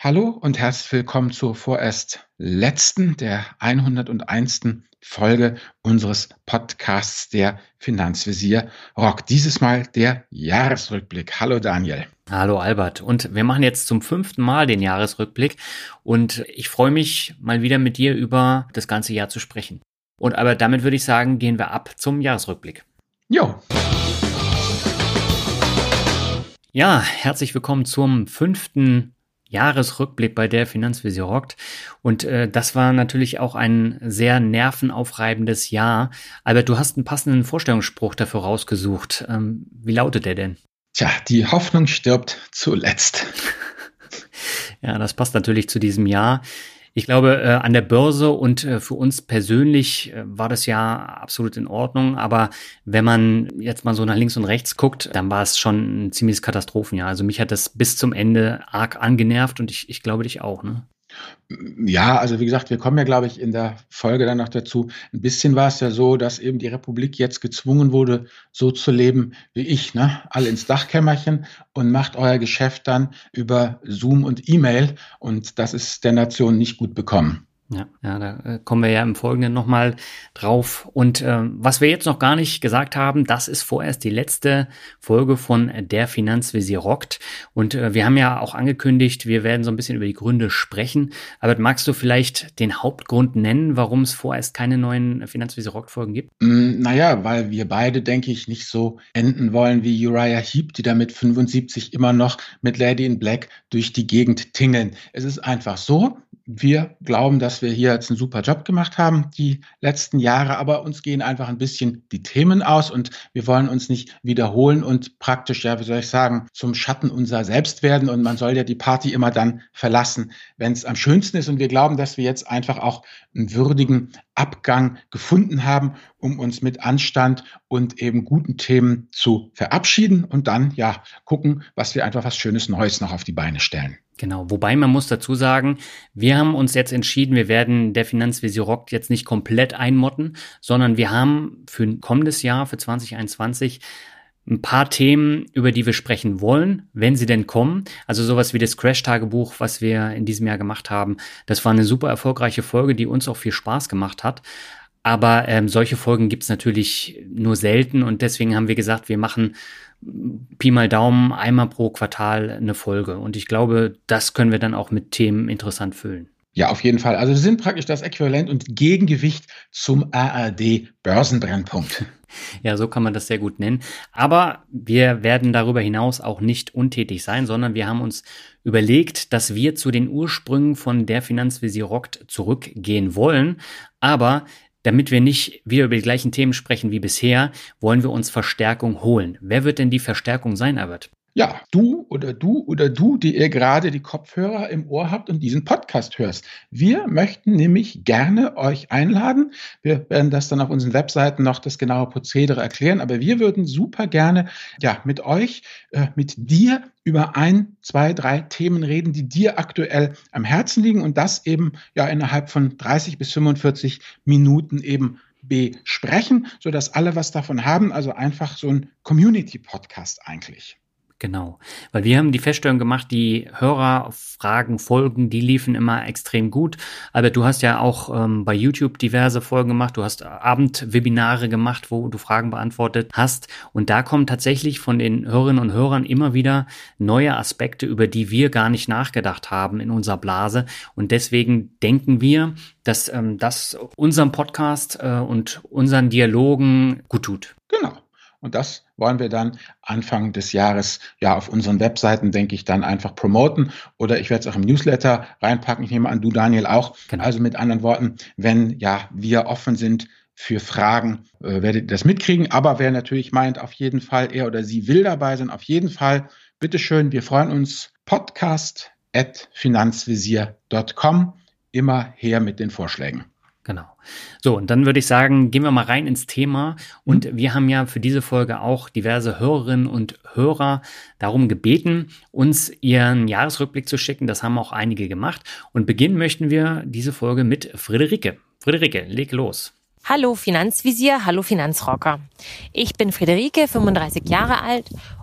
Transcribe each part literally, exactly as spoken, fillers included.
Hallo und herzlich willkommen zur vorerst letzten, der hunderteinsten Folge unseres Podcasts der Finanzvisier Rock. Dieses Mal der Jahresrückblick. Hallo Daniel. Hallo Albert. Und wir machen jetzt zum fünften Mal den Jahresrückblick und ich freue mich, mal wieder mit dir über das ganze Jahr zu sprechen. Und aber damit würde ich sagen, gehen wir ab zum Jahresrückblick. Jo. Ja, herzlich willkommen zum fünften Jahresrückblick bei der Finanzvisier rockt. Und äh, das war natürlich auch ein sehr nervenaufreibendes Jahr. Albert, du hast einen passenden Vorstellungsspruch dafür rausgesucht. Ähm, wie lautet der denn? Tja, die Hoffnung stirbt zuletzt. Ja, das passt natürlich zu diesem Jahr. Ich glaube, äh, an der Börse und äh, für uns persönlich äh, war das Jahr absolut in Ordnung. Aber wenn man jetzt mal so nach links und rechts guckt, dann war es schon ein ziemliches Katastrophenjahr. Also mich hat das bis zum Ende arg angenervt und ich, ich glaube dich auch, ne? Ja, also wie gesagt, wir kommen ja, glaube ich, in der Folge dann noch dazu. Ein bisschen war es ja so, dass eben die Republik jetzt gezwungen wurde, so zu leben wie ich, ne? Alle ins Dachkämmerchen und macht euer Geschäft dann über Zoom und E-Mail. Und das ist der Nation nicht gut bekommen. Ja, ja, da äh, kommen wir ja im Folgenden nochmal drauf. Und äh, was wir jetzt noch gar nicht gesagt haben, das ist vorerst die letzte Folge von der Finanzvisier rockt. Und äh, wir haben ja auch angekündigt, wir werden so ein bisschen über die Gründe sprechen. Aber magst du vielleicht den Hauptgrund nennen, warum es vorerst keine neuen Finanzvisier rockt Folgen gibt? Mm, naja, weil wir beide, denke ich, nicht so enden wollen wie Uriah Heep, die da mit fünfundsiebzig immer noch mit Lady in Black durch die Gegend tingeln. Es ist einfach so, wir glauben, dass wir hier jetzt einen super Job gemacht haben die letzten Jahre, aber uns gehen einfach ein bisschen die Themen aus und wir wollen uns nicht wiederholen und praktisch, ja, wie soll ich sagen, zum Schatten unserer selbst werden und man soll ja die Party immer dann verlassen, wenn es am schönsten ist und wir glauben, dass wir jetzt einfach auch einen würdigen Abgang gefunden haben, um uns mit Anstand und eben guten Themen zu verabschieden und dann, ja, gucken, was wir einfach was Schönes Neues noch auf die Beine stellen. Genau, wobei man muss dazu sagen, wir haben uns jetzt entschieden, wir werden der Finanzvisier rockt jetzt nicht komplett einmotten, sondern wir haben für ein kommendes Jahr, für zwanzig einundzwanzig, ein paar Themen, über die wir sprechen wollen, wenn sie denn kommen. Also sowas wie das Crash-Tagebuch, was wir in diesem Jahr gemacht haben. Das war eine super erfolgreiche Folge, die uns auch viel Spaß gemacht hat. Aber ähm, solche Folgen gibt's natürlich nur selten und deswegen haben wir gesagt, wir machen Pi mal Daumen einmal pro Quartal eine Folge. Und ich glaube, das können wir dann auch mit Themen interessant füllen. Ja, auf jeden Fall. Also wir sind praktisch das Äquivalent und Gegengewicht zum A R D-Börsenbrennpunkt. Ja, so kann man das sehr gut nennen. Aber wir werden darüber hinaus auch nicht untätig sein, sondern wir haben uns überlegt, dass wir zu den Ursprüngen von der Finanzvisier rockt zurückgehen wollen. Aber damit wir nicht wieder über die gleichen Themen sprechen wie bisher, wollen wir uns Verstärkung holen. Wer wird denn die Verstärkung sein, Albert? Ja, du oder du oder du, die ihr gerade die Kopfhörer im Ohr habt und diesen Podcast hörst. Wir möchten nämlich gerne euch einladen. Wir werden das dann auf unseren Webseiten noch das genaue Prozedere erklären, aber wir würden super gerne ja mit euch, äh, mit dir über ein, zwei, drei Themen reden, die dir aktuell am Herzen liegen und das eben ja innerhalb von dreißig bis fünfundvierzig Minuten eben besprechen, sodass alle was davon haben. Also einfach so ein Community-Podcast eigentlich. Genau, weil wir haben die Feststellung gemacht, die Hörerfragen, Folgen, die liefen immer extrem gut. Albert, du hast ja auch ähm, bei YouTube diverse Folgen gemacht, du hast Abendwebinare gemacht, wo du Fragen beantwortet hast und da kommen tatsächlich von den Hörerinnen und Hörern immer wieder neue Aspekte, über die wir gar nicht nachgedacht haben in unserer Blase und deswegen denken wir, dass ähm, das unserem Podcast äh, und unseren Dialogen gut tut. Genau. Und das wollen wir dann Anfang des Jahres ja auf unseren Webseiten, denke ich, dann einfach promoten. Oder ich werde es auch im Newsletter reinpacken. Ich nehme an, du, Daniel, auch. Genau. Also mit anderen Worten, wenn ja wir offen sind für Fragen, äh, werdet ihr das mitkriegen. Aber wer natürlich meint, auf jeden Fall, er oder sie will dabei sein, auf jeden Fall, bitteschön, wir freuen uns. Podcast at finanzvisier punkt com. Immer her mit den Vorschlägen. Genau. So, und dann würde ich sagen, gehen wir mal rein ins Thema. Und mhm. wir haben ja für diese Folge auch diverse Hörerinnen und Hörer darum gebeten, uns ihren Jahresrückblick zu schicken. Das haben auch einige gemacht. Und beginnen möchten wir diese Folge mit Friederike. Friederike, leg los. Hallo Finanzvisier, hallo Finanzrocker. Ich bin Friederike, fünfunddreißig Jahre alt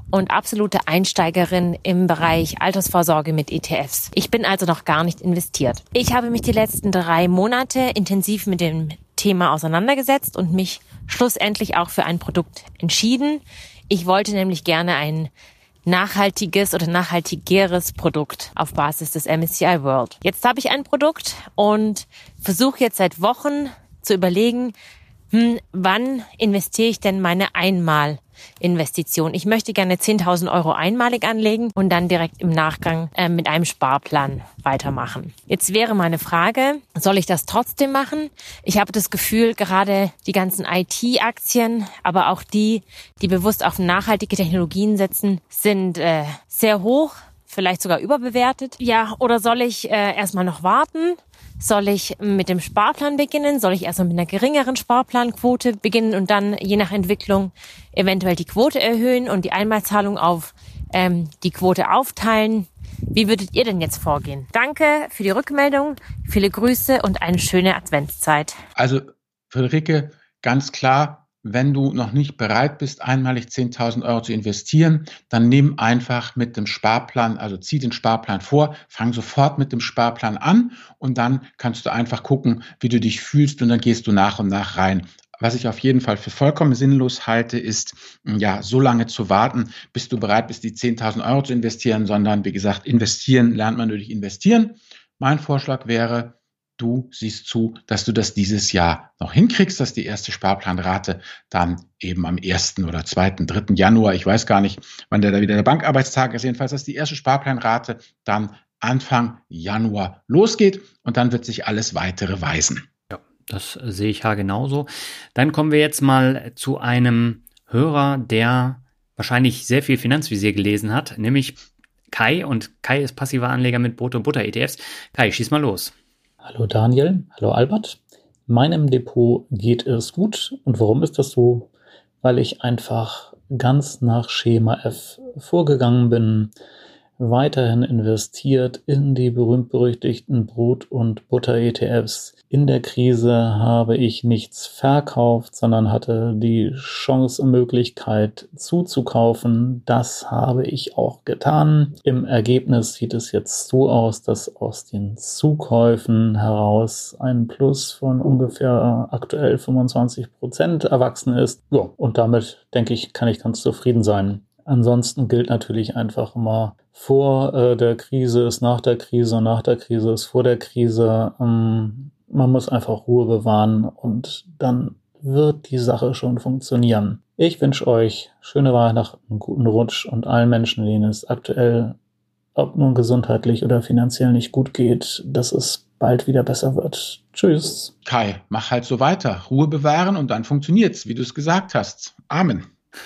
und absolute Einsteigerin im Bereich Altersvorsorge mit E T Fs. Ich bin also noch gar nicht investiert. Ich habe mich die letzten drei Monate intensiv mit dem Thema auseinandergesetzt und mich schlussendlich auch für ein Produkt entschieden. Ich wollte nämlich gerne ein nachhaltiges oder nachhaltigeres Produkt auf Basis des M S C I World. Jetzt habe ich ein Produkt und versuche jetzt seit Wochen zu überlegen, hm, wann investiere ich denn meine Einmalinvestition? Ich möchte gerne zehntausend Euro einmalig anlegen und dann direkt im Nachgang äh, mit einem Sparplan weitermachen. Jetzt wäre meine Frage, soll ich das trotzdem machen? Ich habe das Gefühl, gerade die ganzen I T-Aktien, aber auch die, die bewusst auf nachhaltige Technologien setzen, sind äh, sehr hoch, vielleicht sogar überbewertet. Ja, oder soll ich äh, erstmal noch warten? Soll ich mit dem Sparplan beginnen? Soll ich erstmal mit einer geringeren Sparplanquote beginnen und dann je nach Entwicklung eventuell die Quote erhöhen und die Einmalzahlung auf ähm, die Quote aufteilen? Wie würdet ihr denn jetzt vorgehen? Danke für die Rückmeldung, viele Grüße und eine schöne Adventszeit. Also Friederike, ganz klar, wenn du noch nicht bereit bist, einmalig zehntausend Euro zu investieren, dann nimm einfach mit dem Sparplan, also zieh den Sparplan vor, fang sofort mit dem Sparplan an und dann kannst du einfach gucken, wie du dich fühlst und dann gehst du nach und nach rein. Was ich auf jeden Fall für vollkommen sinnlos halte, ist, ja, so lange zu warten, bis du bereit bist, die zehntausend Euro zu investieren, sondern wie gesagt, investieren lernt man durch investieren. Mein Vorschlag wäre, du siehst zu, dass du das dieses Jahr noch hinkriegst, dass die erste Sparplanrate dann eben am ersten oder zweiten, dritten Januar, ich weiß gar nicht, wann der da wieder der Bankarbeitstag ist, jedenfalls, dass die erste Sparplanrate dann Anfang Januar losgeht und dann wird sich alles weitere weisen. Ja, das sehe ich ja genauso. Dann kommen wir jetzt mal zu einem Hörer, der wahrscheinlich sehr viel Finanzvisier gelesen hat, nämlich Kai, und Kai ist passiver Anleger mit Brot- und Butter-E T Fs. Kai, schieß mal los. Hallo Daniel, hallo Albert. Meinem Depot geht es gut. Und warum ist das so? Weil ich einfach ganz nach Schema F vorgegangen bin, weiterhin investiert in die berühmt-berüchtigten Brot- und Butter-E T Fs. In der Krise habe ich nichts verkauft, sondern hatte die Chance und Möglichkeit zuzukaufen. Das habe ich auch getan. Im Ergebnis sieht es jetzt so aus, dass aus den Zukäufen heraus ein Plus von ungefähr aktuell fünfundzwanzig Prozent erwachsen ist. Ja, und damit, denke ich, kann ich ganz zufrieden sein. Ansonsten gilt natürlich einfach immer, vor äh, der Krise ist nach der Krise, nach der Krise ist vor der Krise. Ähm, man muss einfach Ruhe bewahren und dann wird die Sache schon funktionieren. Ich wünsche euch schöne Weihnachten, einen guten Rutsch und allen Menschen, denen es aktuell, ob nun gesundheitlich oder finanziell nicht gut geht, dass es bald wieder besser wird. Tschüss. Kai, mach halt so weiter. Ruhe bewahren und dann funktioniert's, wie du es gesagt hast. Amen.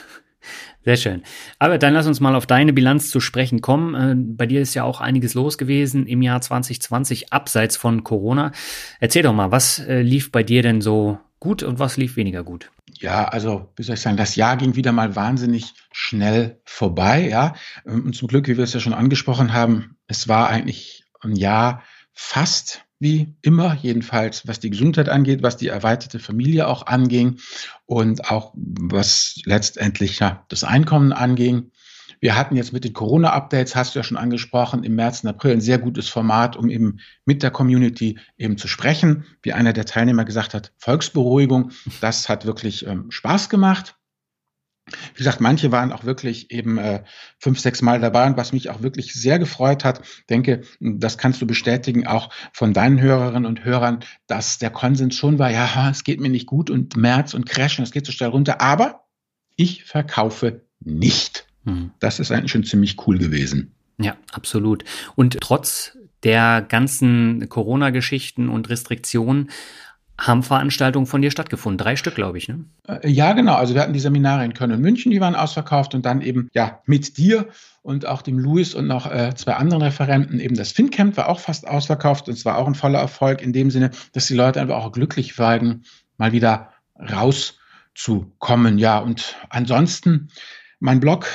Sehr schön. Aber dann lass uns mal auf deine Bilanz zu sprechen kommen. Äh, bei dir ist ja auch einiges los gewesen im Jahr zwanzig zwanzig, abseits von Corona. Erzähl doch mal, was äh, lief bei dir denn so gut und was lief weniger gut? Ja, also, wie soll ich sagen, das Jahr ging wieder mal wahnsinnig schnell vorbei, ja. Und zum Glück, wie wir es ja schon angesprochen haben, es war eigentlich ein Jahr fast wie immer, jedenfalls was die Gesundheit angeht, was die erweiterte Familie auch anging und auch was letztendlich ja, das Einkommen anging. Wir hatten jetzt mit den Corona-Updates, hast du ja schon angesprochen, im März und April ein sehr gutes Format, um eben mit der Community eben zu sprechen. Wie einer der Teilnehmer gesagt hat, Volksberuhigung, das hat wirklich ähm, Spaß gemacht. Wie gesagt, manche waren auch wirklich eben äh, fünf, sechs Mal dabei und was mich auch wirklich sehr gefreut hat, denke, das kannst du bestätigen, auch von deinen Hörerinnen und Hörern, dass der Konsens schon war, ja, es geht mir nicht gut und März und Crash und es geht so schnell runter, aber ich verkaufe nicht. Hm. Das ist eigentlich schon ziemlich cool gewesen. Ja, absolut. Und trotz der ganzen Corona-Geschichten und Restriktionen haben Veranstaltungen von dir stattgefunden. Drei Stück, glaube ich, ne? Ja, genau. Also wir hatten die Seminare in Köln und München, die waren ausverkauft und dann eben ja mit dir und auch dem Louis und noch äh, zwei anderen Referenten. Eben das FinCamp war auch fast ausverkauft und es war auch ein voller Erfolg in dem Sinne, dass die Leute einfach auch glücklich waren, mal wieder rauszukommen. Ja, und ansonsten mein Blog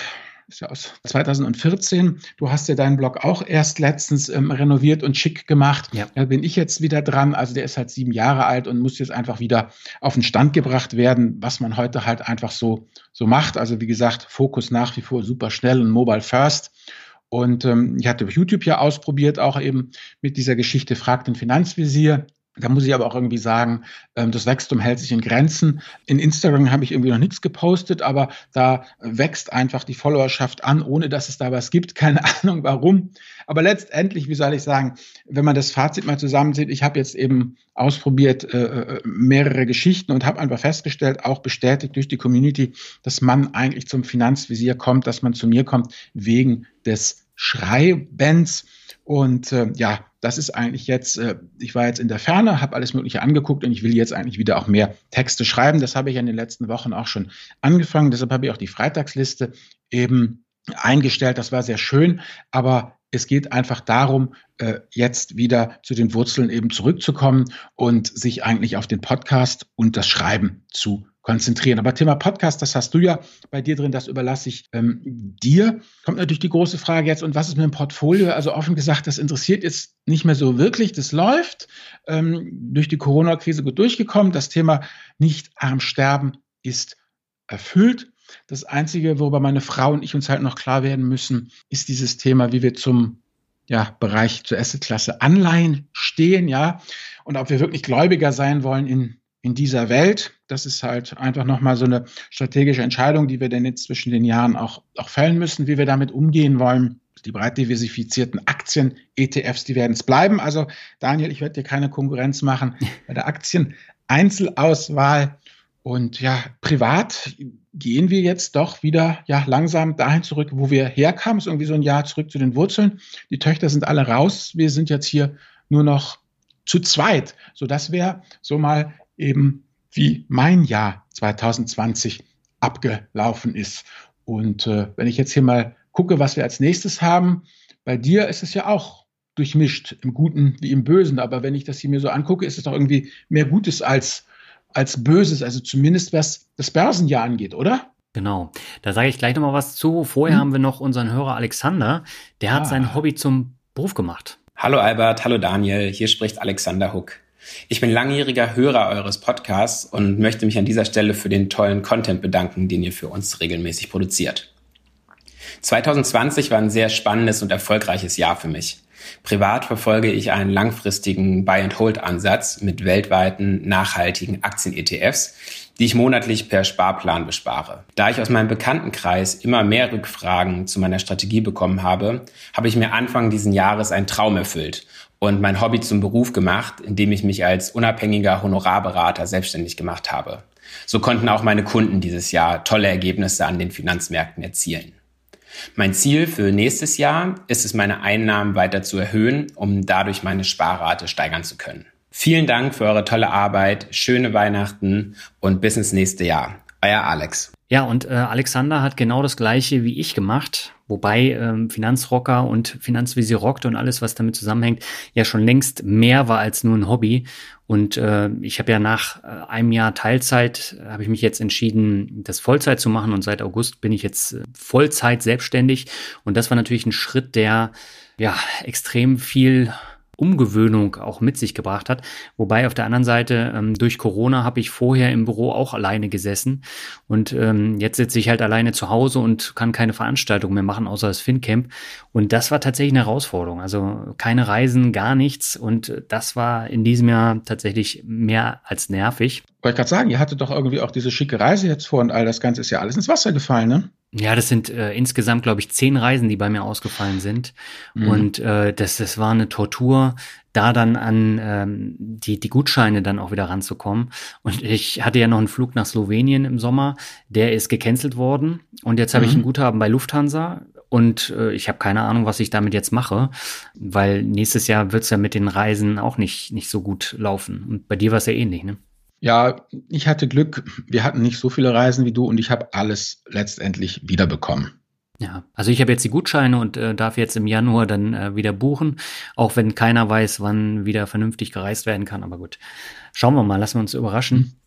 ist ja aus zweitausendvierzehn. Du hast ja deinen Blog auch erst letztens ähm, renoviert und schick gemacht. Ja. Da bin ich jetzt wieder dran. Also der ist halt sieben Jahre alt und muss jetzt einfach wieder auf den Stand gebracht werden, was man heute halt einfach so, so macht. Also wie gesagt, Fokus nach wie vor super schnell und mobile first. Und ähm, ich hatte YouTube ja ausprobiert, auch eben mit dieser Geschichte Frag den Finanzvisier. Da muss ich aber auch irgendwie sagen, ähm, das Wachstum hält sich in Grenzen. In Instagram habe ich irgendwie noch nichts gepostet, aber da wächst einfach die Followerschaft an, ohne dass es da was gibt. Keine Ahnung warum. Aber letztendlich, wie soll ich sagen, wenn man das Fazit mal zusammenzieht, ich habe jetzt eben ausprobiert äh, mehrere Geschichten und habe einfach festgestellt, auch bestätigt durch die Community, dass man eigentlich zum Finanzvisier kommt, dass man zu mir kommt, wegen des Schreibens. Und äh, ja, das ist eigentlich jetzt, äh, ich war jetzt in der Ferne, habe alles Mögliche angeguckt und ich will jetzt eigentlich wieder auch mehr Texte schreiben. Das habe ich in den letzten Wochen auch schon angefangen. Deshalb habe ich auch die Freitagsliste eben eingestellt. Das war sehr schön, aber es geht einfach darum, äh, jetzt wieder zu den Wurzeln eben zurückzukommen und sich eigentlich auf den Podcast und das Schreiben zu konzentrieren. Aber Thema Podcast, das hast du ja bei dir drin, das überlasse ich ähm, dir. Kommt natürlich die große Frage jetzt, und was ist mit dem Portfolio? Also offen gesagt, das interessiert jetzt nicht mehr so wirklich. Das läuft ähm, durch die Corona-Krise gut durchgekommen. Das Thema nicht arm sterben ist erfüllt. Das Einzige, worüber meine Frau und ich uns halt noch klar werden müssen, ist dieses Thema, wie wir zum ja, Bereich zur Assetklasse Anleihen stehen, ja, und ob wir wirklich Gläubiger sein wollen in in dieser Welt. Das ist halt einfach nochmal so eine strategische Entscheidung, die wir denn jetzt zwischen den Jahren auch, auch fällen müssen, wie wir damit umgehen wollen. Die breit diversifizierten Aktien, E T Fs, die werden es bleiben. Also Daniel, ich werde dir keine Konkurrenz machen bei der Aktien-Einzelauswahl. Und ja, privat gehen wir jetzt doch wieder ja langsam dahin zurück, wo wir herkamen. Es ist irgendwie so ein Jahr zurück zu den Wurzeln. Die Töchter sind alle raus. Wir sind jetzt hier nur noch zu zweit. So, das wäre so mal eben wie mein Jahr zwanzig zwanzig abgelaufen ist. Und äh, wenn ich jetzt hier mal gucke, was wir als nächstes haben, bei dir ist es ja auch durchmischt, im Guten wie im Bösen. Aber wenn ich das hier mir so angucke, ist es doch irgendwie mehr Gutes als, als Böses. Also zumindest was das Börsenjahr angeht, oder? Genau, da sage ich gleich nochmal was zu. Vorher hm. haben wir noch unseren Hörer Alexander, der hat ah. sein Hobby zum Beruf gemacht. Hallo Albert, hallo Daniel, hier spricht Alexander Huck. Ich bin langjähriger Hörer eures Podcasts und möchte mich an dieser Stelle für den tollen Content bedanken, den ihr für uns regelmäßig produziert. zwanzig zwanzig war ein sehr spannendes und erfolgreiches Jahr für mich. Privat verfolge ich einen langfristigen Buy-and-Hold-Ansatz mit weltweiten, nachhaltigen Aktien-E T Fs, die ich monatlich per Sparplan bespare. Da ich aus meinem Bekanntenkreis immer mehr Rückfragen zu meiner Strategie bekommen habe, habe ich mir Anfang diesen Jahres einen Traum erfüllt und mein Hobby zum Beruf gemacht, indem ich mich als unabhängiger Honorarberater selbstständig gemacht habe. So konnten auch meine Kunden dieses Jahr tolle Ergebnisse an den Finanzmärkten erzielen. Mein Ziel für nächstes Jahr ist es, meine Einnahmen weiter zu erhöhen, um dadurch meine Sparrate steigern zu können. Vielen Dank für eure tolle Arbeit, schöne Weihnachten und bis ins nächste Jahr. Euer Alex. Ja, und äh, Alexander hat genau das Gleiche wie ich gemacht, wobei ähm, Finanzrocker und Finanzvisier rockt und alles, was damit zusammenhängt, ja schon längst mehr war als nur ein Hobby. Und äh, ich habe ja nach äh, einem Jahr Teilzeit, äh, habe ich mich jetzt entschieden, das Vollzeit zu machen, und seit August bin ich jetzt äh, Vollzeit selbstständig. Und das war natürlich ein Schritt, der ja extrem viel Umgewöhnung auch mit sich gebracht hat. Wobei auf der anderen Seite, ähm, durch Corona habe ich vorher im Büro auch alleine gesessen, und ähm, jetzt sitze ich halt alleine zu Hause und kann keine Veranstaltung mehr machen, außer das FinCamp. Und das war tatsächlich eine Herausforderung. Also keine Reisen, gar nichts. Und das war in diesem Jahr tatsächlich mehr als nervig. Wollte ich gerade sagen, ihr hattet doch irgendwie auch diese schicke Reise jetzt vor und all das Ganze ist ja alles ins Wasser gefallen, ne? Ja, das sind äh, insgesamt, glaube ich, zehn Reisen, die bei mir ausgefallen sind. Mhm. Und äh, das, das war eine Tortur, da dann an ähm, die, die Gutscheine dann auch wieder ranzukommen. Und ich hatte ja noch einen Flug nach Slowenien im Sommer, der ist gecancelt worden. Und jetzt habe mhm. ich ein Guthaben bei Lufthansa. Und äh, ich habe keine Ahnung, was ich damit jetzt mache, weil nächstes Jahr wird's ja mit den Reisen auch nicht, nicht so gut laufen. Und bei dir war es ja ähnlich, ne? Ja, ich hatte Glück. Wir hatten nicht so viele Reisen wie du und ich habe alles letztendlich wiederbekommen. Ja, also ich habe jetzt die Gutscheine und äh, darf jetzt im Januar dann äh, wieder buchen, auch wenn keiner weiß, wann wieder vernünftig gereist werden kann. Aber gut, schauen wir mal, lassen wir uns überraschen.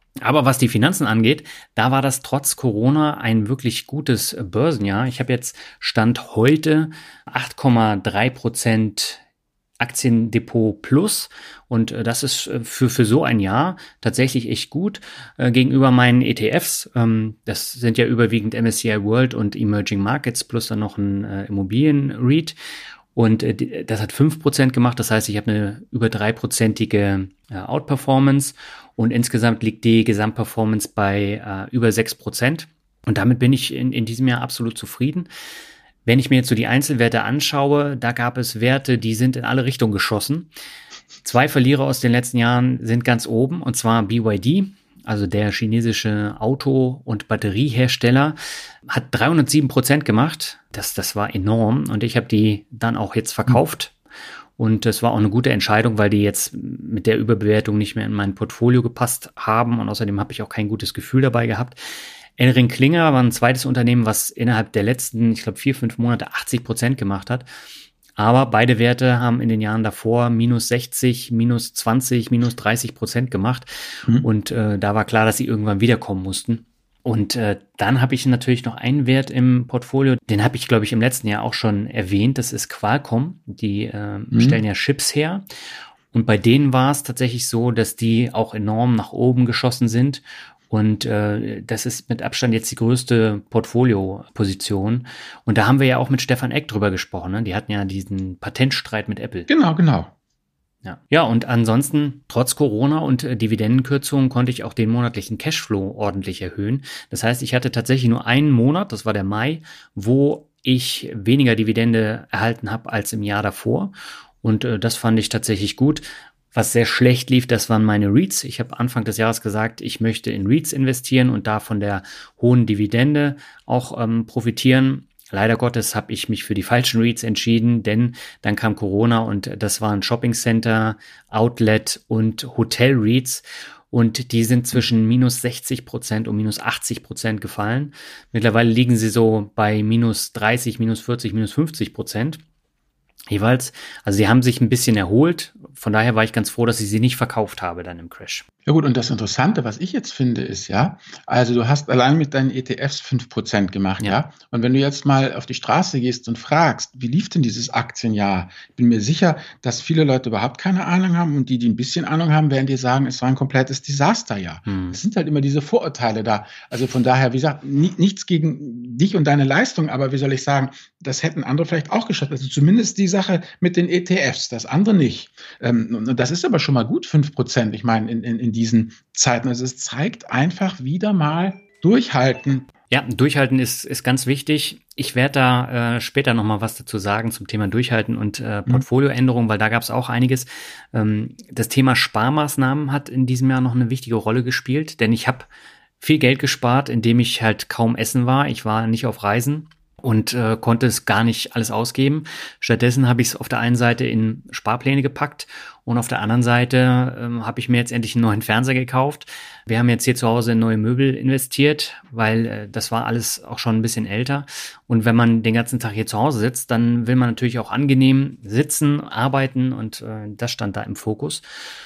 Aber was die Finanzen angeht, da war das trotz Corona ein wirklich gutes Börsenjahr. Ich habe jetzt Stand heute acht Komma drei Prozent Aktiendepot plus und äh, das ist äh, für für so ein Jahr tatsächlich echt gut äh, gegenüber meinen E T Fs. Ähm, das sind ja überwiegend M S C I World und Emerging Markets plus dann noch ein äh, Immobilien-REIT und äh, das hat fünf Prozent gemacht. Das heißt, ich habe eine über dreiprozentige äh, Outperformance und insgesamt liegt die Gesamtperformance bei äh, über sechs Prozent und damit bin ich in, in diesem Jahr absolut zufrieden. Wenn ich mir jetzt so die Einzelwerte anschaue, da gab es Werte, die sind in alle Richtungen geschossen. Zwei Verlierer aus den letzten Jahren sind ganz oben, und zwar B Y D, also der chinesische Auto- und Batteriehersteller, hat dreihundertsieben Prozent gemacht. Das, das war enorm und ich habe die dann auch jetzt verkauft. Und das war auch eine gute Entscheidung, weil die jetzt mit der Überbewertung nicht mehr in mein Portfolio gepasst haben und außerdem habe ich auch kein gutes Gefühl dabei gehabt. Elring-Klinger war ein zweites Unternehmen, was innerhalb der letzten, ich glaube, vier, fünf Monate achtzig Prozent gemacht hat. Aber beide Werte haben in den Jahren davor minus sechzig, minus zwanzig, minus dreißig Prozent gemacht. Mhm. Und äh, da war klar, dass sie irgendwann wiederkommen mussten. Und äh, dann habe ich natürlich noch einen Wert im Portfolio, den habe ich, glaube ich, im letzten Jahr auch schon erwähnt. Das ist Qualcomm. Die äh, mhm. stellen ja Chips her. Und bei denen war es tatsächlich so, dass die auch enorm nach oben geschossen sind. Und äh, das ist mit Abstand jetzt die größte Portfolio-Position. Und da haben wir ja auch mit Stefan Eck drüber gesprochen. Ne? Die hatten ja diesen Patentstreit mit Apple. Genau, genau. Ja, ja, und ansonsten, trotz Corona und äh, Dividendenkürzungen konnte ich auch den monatlichen Cashflow ordentlich erhöhen. Das heißt, ich hatte tatsächlich nur einen Monat, das war der Mai, wo ich weniger Dividende erhalten habe als im Jahr davor. Und äh, das fand ich tatsächlich gut. Was sehr schlecht lief, das waren meine REITs. Ich habe Anfang des Jahres gesagt, ich möchte in REITs investieren und da von der hohen Dividende auch ähm, profitieren. Leider Gottes habe ich mich für die falschen REITs entschieden, denn dann kam Corona und das waren Shopping-Center, Outlet und Hotel-REITs. Und die sind zwischen minus sechzig Prozent und minus achtzig Prozent gefallen. Mittlerweile liegen sie so bei minus dreißig, minus vierzig, minus fünfzig Prozent. Jeweils, also sie haben sich ein bisschen erholt, von daher war ich ganz froh, dass ich sie nicht verkauft habe dann im Crash. Ja gut, und das Interessante, was ich jetzt finde, ist ja, also du hast allein mit deinen E T Fs fünf Prozent gemacht, ja. ja, und wenn du jetzt mal auf die Straße gehst und fragst, wie lief denn dieses Aktienjahr, bin mir sicher, dass viele Leute überhaupt keine Ahnung haben und die, die ein bisschen Ahnung haben, werden dir sagen, es war ein komplettes Desasterjahr. Hm. Es sind halt immer diese Vorurteile da, also von daher, wie gesagt, ni- nichts gegen dich und deine Leistung, aber wie soll ich sagen, das hätten andere vielleicht auch geschafft, also zumindest die Sache mit den E T Fs, das andere nicht. Ähm, und das ist aber schon mal gut, fünf Prozent, ich meine, in, in, in diesen Zeiten. Also es zeigt einfach wieder mal durchhalten. Ja, durchhalten ist, ist ganz wichtig. Ich werde da äh, später nochmal was dazu sagen zum Thema Durchhalten und äh, Portfolioänderung, weil da gab es auch einiges. Ähm, das Thema Sparmaßnahmen hat in diesem Jahr noch eine wichtige Rolle gespielt, denn ich habe viel Geld gespart, indem ich halt kaum essen war. Ich war nicht auf Reisen und äh, konnte es gar nicht alles ausgeben. Stattdessen habe ich es auf der einen Seite in Sparpläne gepackt und auf der anderen Seite ähm, habe ich mir jetzt endlich einen neuen Fernseher gekauft. Wir haben jetzt hier zu Hause in neue Möbel investiert, weil äh, das war alles auch schon ein bisschen älter. Und wenn man den ganzen Tag hier zu Hause sitzt, dann will man natürlich auch angenehm sitzen, arbeiten und äh, das stand da im Fokus.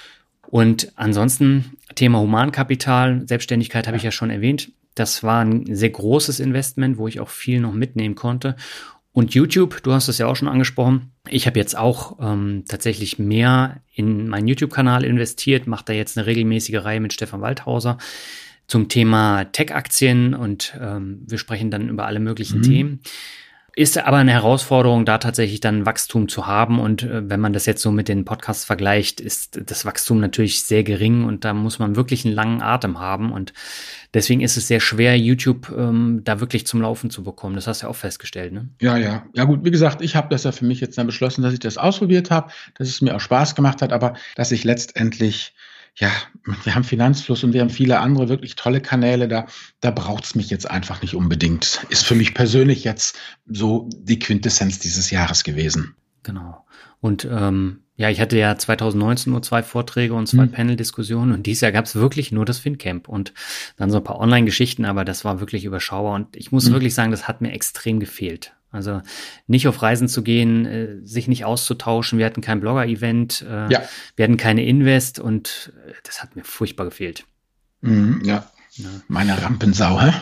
Und ansonsten Thema Humankapital, Selbstständigkeit habe ich ja schon erwähnt. Das war ein sehr großes Investment, wo ich auch viel noch mitnehmen konnte. Und YouTube, du hast es ja auch schon angesprochen. Ich habe jetzt auch ähm, tatsächlich mehr in meinen YouTube-Kanal investiert, mache da jetzt eine regelmäßige Reihe mit Stefan Waldhauser zum Thema Tech-Aktien und ähm, wir sprechen dann über alle möglichen mhm. Themen. Ist aber eine Herausforderung, da tatsächlich dann Wachstum zu haben. Und äh, wenn man das jetzt so mit den Podcasts vergleicht, ist das Wachstum natürlich sehr gering und da muss man wirklich einen langen Atem haben. Und deswegen ist es sehr schwer, YouTube ähm, da wirklich zum Laufen zu bekommen. Das hast du ja auch festgestellt, ne? Ja, ja. Ja gut, wie gesagt, ich habe das ja für mich jetzt dann beschlossen, dass ich das ausprobiert habe, dass es mir auch Spaß gemacht hat, aber dass ich letztendlich ja, wir haben Finanzfluss und wir haben viele andere wirklich tolle Kanäle, da, da braucht es mich jetzt einfach nicht unbedingt. Ist für mich persönlich jetzt so die Quintessenz dieses Jahres gewesen. Genau. Und ähm, ja, ich hatte ja zwanzig neunzehn nur zwei Vorträge und zwei hm. Panel-Diskussionen und dieses Jahr gab es wirklich nur das FinCamp und dann so ein paar Online-Geschichten, aber das war wirklich überschaubar und ich muss hm. wirklich sagen, das hat mir extrem gefehlt. Also nicht auf Reisen zu gehen, äh, sich nicht auszutauschen. Wir hatten kein Blogger-Event, äh, ja. wir hatten keine Invest und äh, das hat mir furchtbar gefehlt. Mhm, ja. Ja. Meine Rampensau, hä?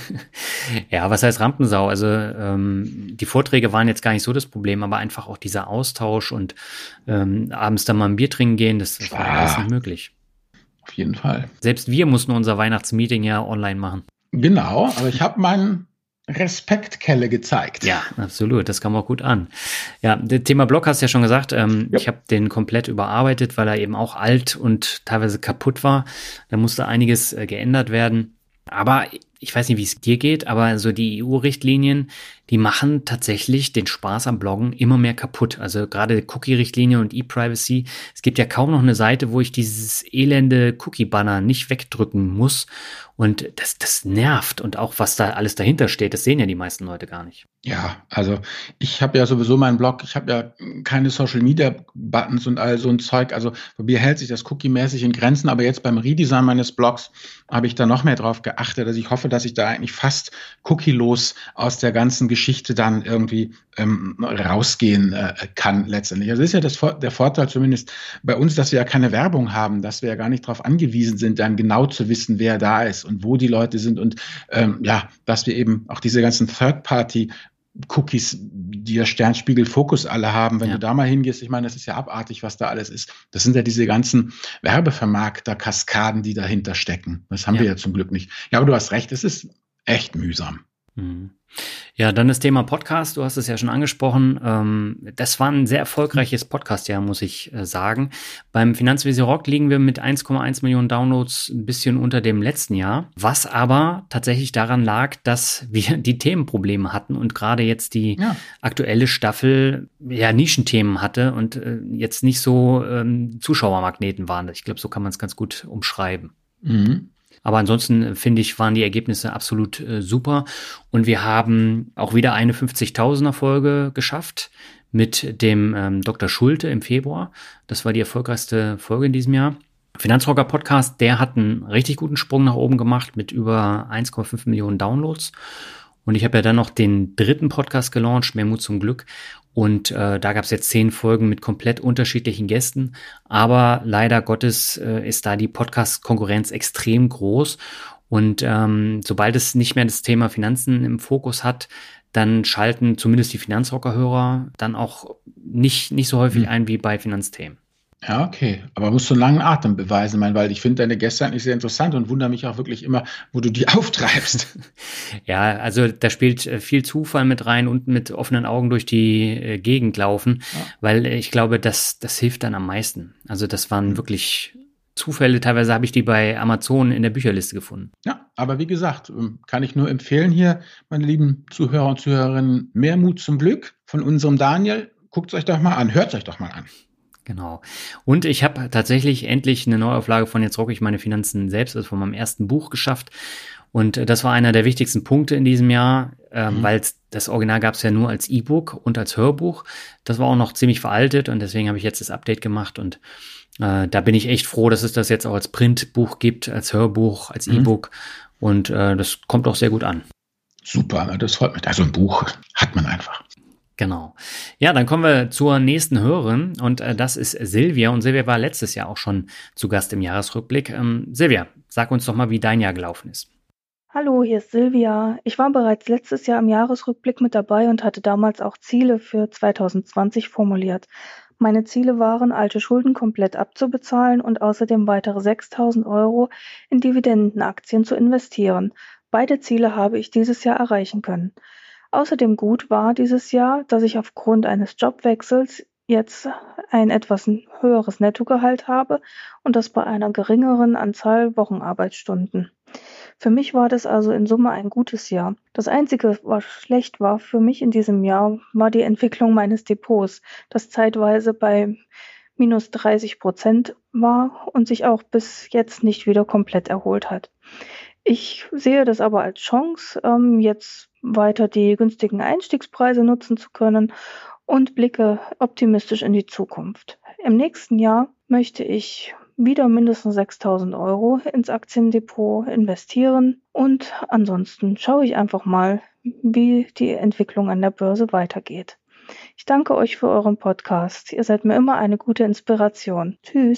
Ja, was heißt Rampensau? Also ähm, die Vorträge waren jetzt gar nicht so das Problem, aber einfach auch dieser Austausch und ähm, abends dann mal ein Bier trinken gehen, das, das war ja alles nicht möglich. Auf jeden Fall. Selbst wir mussten unser Weihnachtsmeeting ja online machen. Genau, aber ich habe meinen Respektkelle gezeigt. Ja, absolut, das kam auch gut an. Ja, das Thema Blog hast du ja schon gesagt. Ähm, ja. Ich habe den komplett überarbeitet, weil er eben auch alt und teilweise kaputt war. Da musste einiges äh, geändert werden. Aber ich weiß nicht, wie es dir geht, aber so die E U-Richtlinien, die machen tatsächlich den Spaß am Bloggen immer mehr kaputt. Also gerade Cookie-Richtlinie und E-Privacy. Es gibt ja kaum noch eine Seite, wo ich dieses elende Cookie-Banner nicht wegdrücken muss. Und das, das nervt. Und auch was da alles dahinter steht, das sehen ja die meisten Leute gar nicht. Ja, also ich habe ja sowieso meinen Blog, ich habe ja keine Social-Media-Buttons und all so ein Zeug. Also bei mir hält sich das Cookie-mäßig in Grenzen, aber jetzt beim Redesign meines Blogs habe ich da noch mehr drauf geachtet. Also ich hoffe, dass ich da eigentlich fast cookie-los aus der ganzen Geschichte dann irgendwie ähm, rausgehen äh, kann letztendlich. Also das ist ja das, der Vorteil zumindest bei uns, dass wir ja keine Werbung haben, dass wir ja gar nicht darauf angewiesen sind, dann genau zu wissen, wer da ist und wo die Leute sind und ähm, ja, dass wir eben auch diese ganzen Third-Party Cookies, die ja Sternspiegel Fokus alle haben, wenn ja. du da mal hingehst, ich meine, das ist ja abartig, was da alles ist. Das sind ja diese ganzen Werbevermarkter-Kaskaden, die dahinter stecken. Das haben ja. wir ja zum Glück nicht. Ja, aber du hast recht, es ist echt mühsam. Mhm. Ja, dann das Thema Podcast, du hast es ja schon angesprochen. Ähm, das war ein sehr erfolgreiches Podcast-Jahr, muss ich äh, sagen. Beim Finanzvisier Rock liegen wir mit eins Komma eins Millionen Downloads ein bisschen unter dem letzten Jahr, was aber tatsächlich daran lag, dass wir die Themenprobleme hatten und gerade jetzt die ja. aktuelle Staffel ja Nischenthemen hatte und äh, jetzt nicht so ähm, Zuschauermagneten waren. Ich glaube, so kann man es ganz gut umschreiben. Mhm. Aber ansonsten, finde ich, waren die Ergebnisse absolut äh, super. Und wir haben auch wieder eine fünfzigtausender Folge geschafft mit dem ähm, Doktor Schulte im Februar. Das war die erfolgreichste Folge in diesem Jahr. Finanzrocker Podcast, der hat einen richtig guten Sprung nach oben gemacht mit über eins Komma fünf Millionen Downloads. Und ich habe ja dann noch den dritten Podcast gelauncht, Mehr Mut zum Glück. Und äh, da gab es jetzt zehn Folgen mit komplett unterschiedlichen Gästen. Aber leider Gottes äh, ist da die Podcast-Konkurrenz extrem groß. Und ähm, sobald es nicht mehr das Thema Finanzen im Fokus hat, dann schalten zumindest die Finanzrocker-Hörer dann auch nicht, nicht so häufig mhm. ein wie bei Finanzthemen. Ja, okay. Aber musst du einen langen Atem beweisen, mein, weil ich finde deine Gäste eigentlich sehr interessant und wundere mich auch wirklich immer, wo du die auftreibst. Ja, also da spielt viel Zufall mit rein und mit offenen Augen durch die äh, Gegend laufen, ja. weil ich glaube, das, das hilft dann am meisten. Also das waren wirklich Zufälle. Teilweise habe ich die bei Amazon in der Bücherliste gefunden. Ja, aber wie gesagt, kann ich nur empfehlen hier, meine lieben Zuhörer und Zuhörerinnen, Mehr Mut zum Glück von unserem Daniel. Guckt es euch doch mal an, hört es euch doch mal an. Genau. Und ich habe tatsächlich endlich eine Neuauflage von Jetzt rocke ich meine Finanzen selbst, also von meinem ersten Buch geschafft. Und das war einer der wichtigsten Punkte in diesem Jahr, ähm, mhm. weil das Original gab es ja nur als E-Book und als Hörbuch. Das war auch noch ziemlich veraltet und deswegen habe ich jetzt das Update gemacht und äh, da bin ich echt froh, dass es das jetzt auch als Printbuch gibt, als Hörbuch, als mhm. E-Book und äh, das kommt auch sehr gut an. Super, das freut mich. Also ein Buch hat man einfach. Genau. Ja, dann kommen wir zur nächsten Hörerin und äh, das ist Silvia und Silvia war letztes Jahr auch schon zu Gast im Jahresrückblick. Ähm, Silvia, sag uns doch mal, wie dein Jahr gelaufen ist. Hallo, hier ist Silvia. Ich war bereits letztes Jahr im Jahresrückblick mit dabei und hatte damals auch Ziele für zwanzig zwanzig formuliert. Meine Ziele waren, alte Schulden komplett abzubezahlen und außerdem weitere sechstausend Euro in Dividendenaktien zu investieren. Beide Ziele habe ich dieses Jahr erreichen können. Außerdem gut war dieses Jahr, dass ich aufgrund eines Jobwechsels jetzt ein etwas höheres Nettogehalt habe und das bei einer geringeren Anzahl Wochenarbeitsstunden. Für mich war das also in Summe ein gutes Jahr. Das Einzige, was schlecht war für mich in diesem Jahr, war die Entwicklung meines Depots, das zeitweise bei minus dreißig Prozent war und sich auch bis jetzt nicht wieder komplett erholt hat. Ich sehe das aber als Chance, jetzt weiter die günstigen Einstiegspreise nutzen zu können und blicke optimistisch in die Zukunft. Im nächsten Jahr möchte ich wieder mindestens sechstausend Euro ins Aktiendepot investieren und ansonsten schaue ich einfach mal, wie die Entwicklung an der Börse weitergeht. Ich danke euch für euren Podcast. Ihr seid mir immer eine gute Inspiration. Tschüss.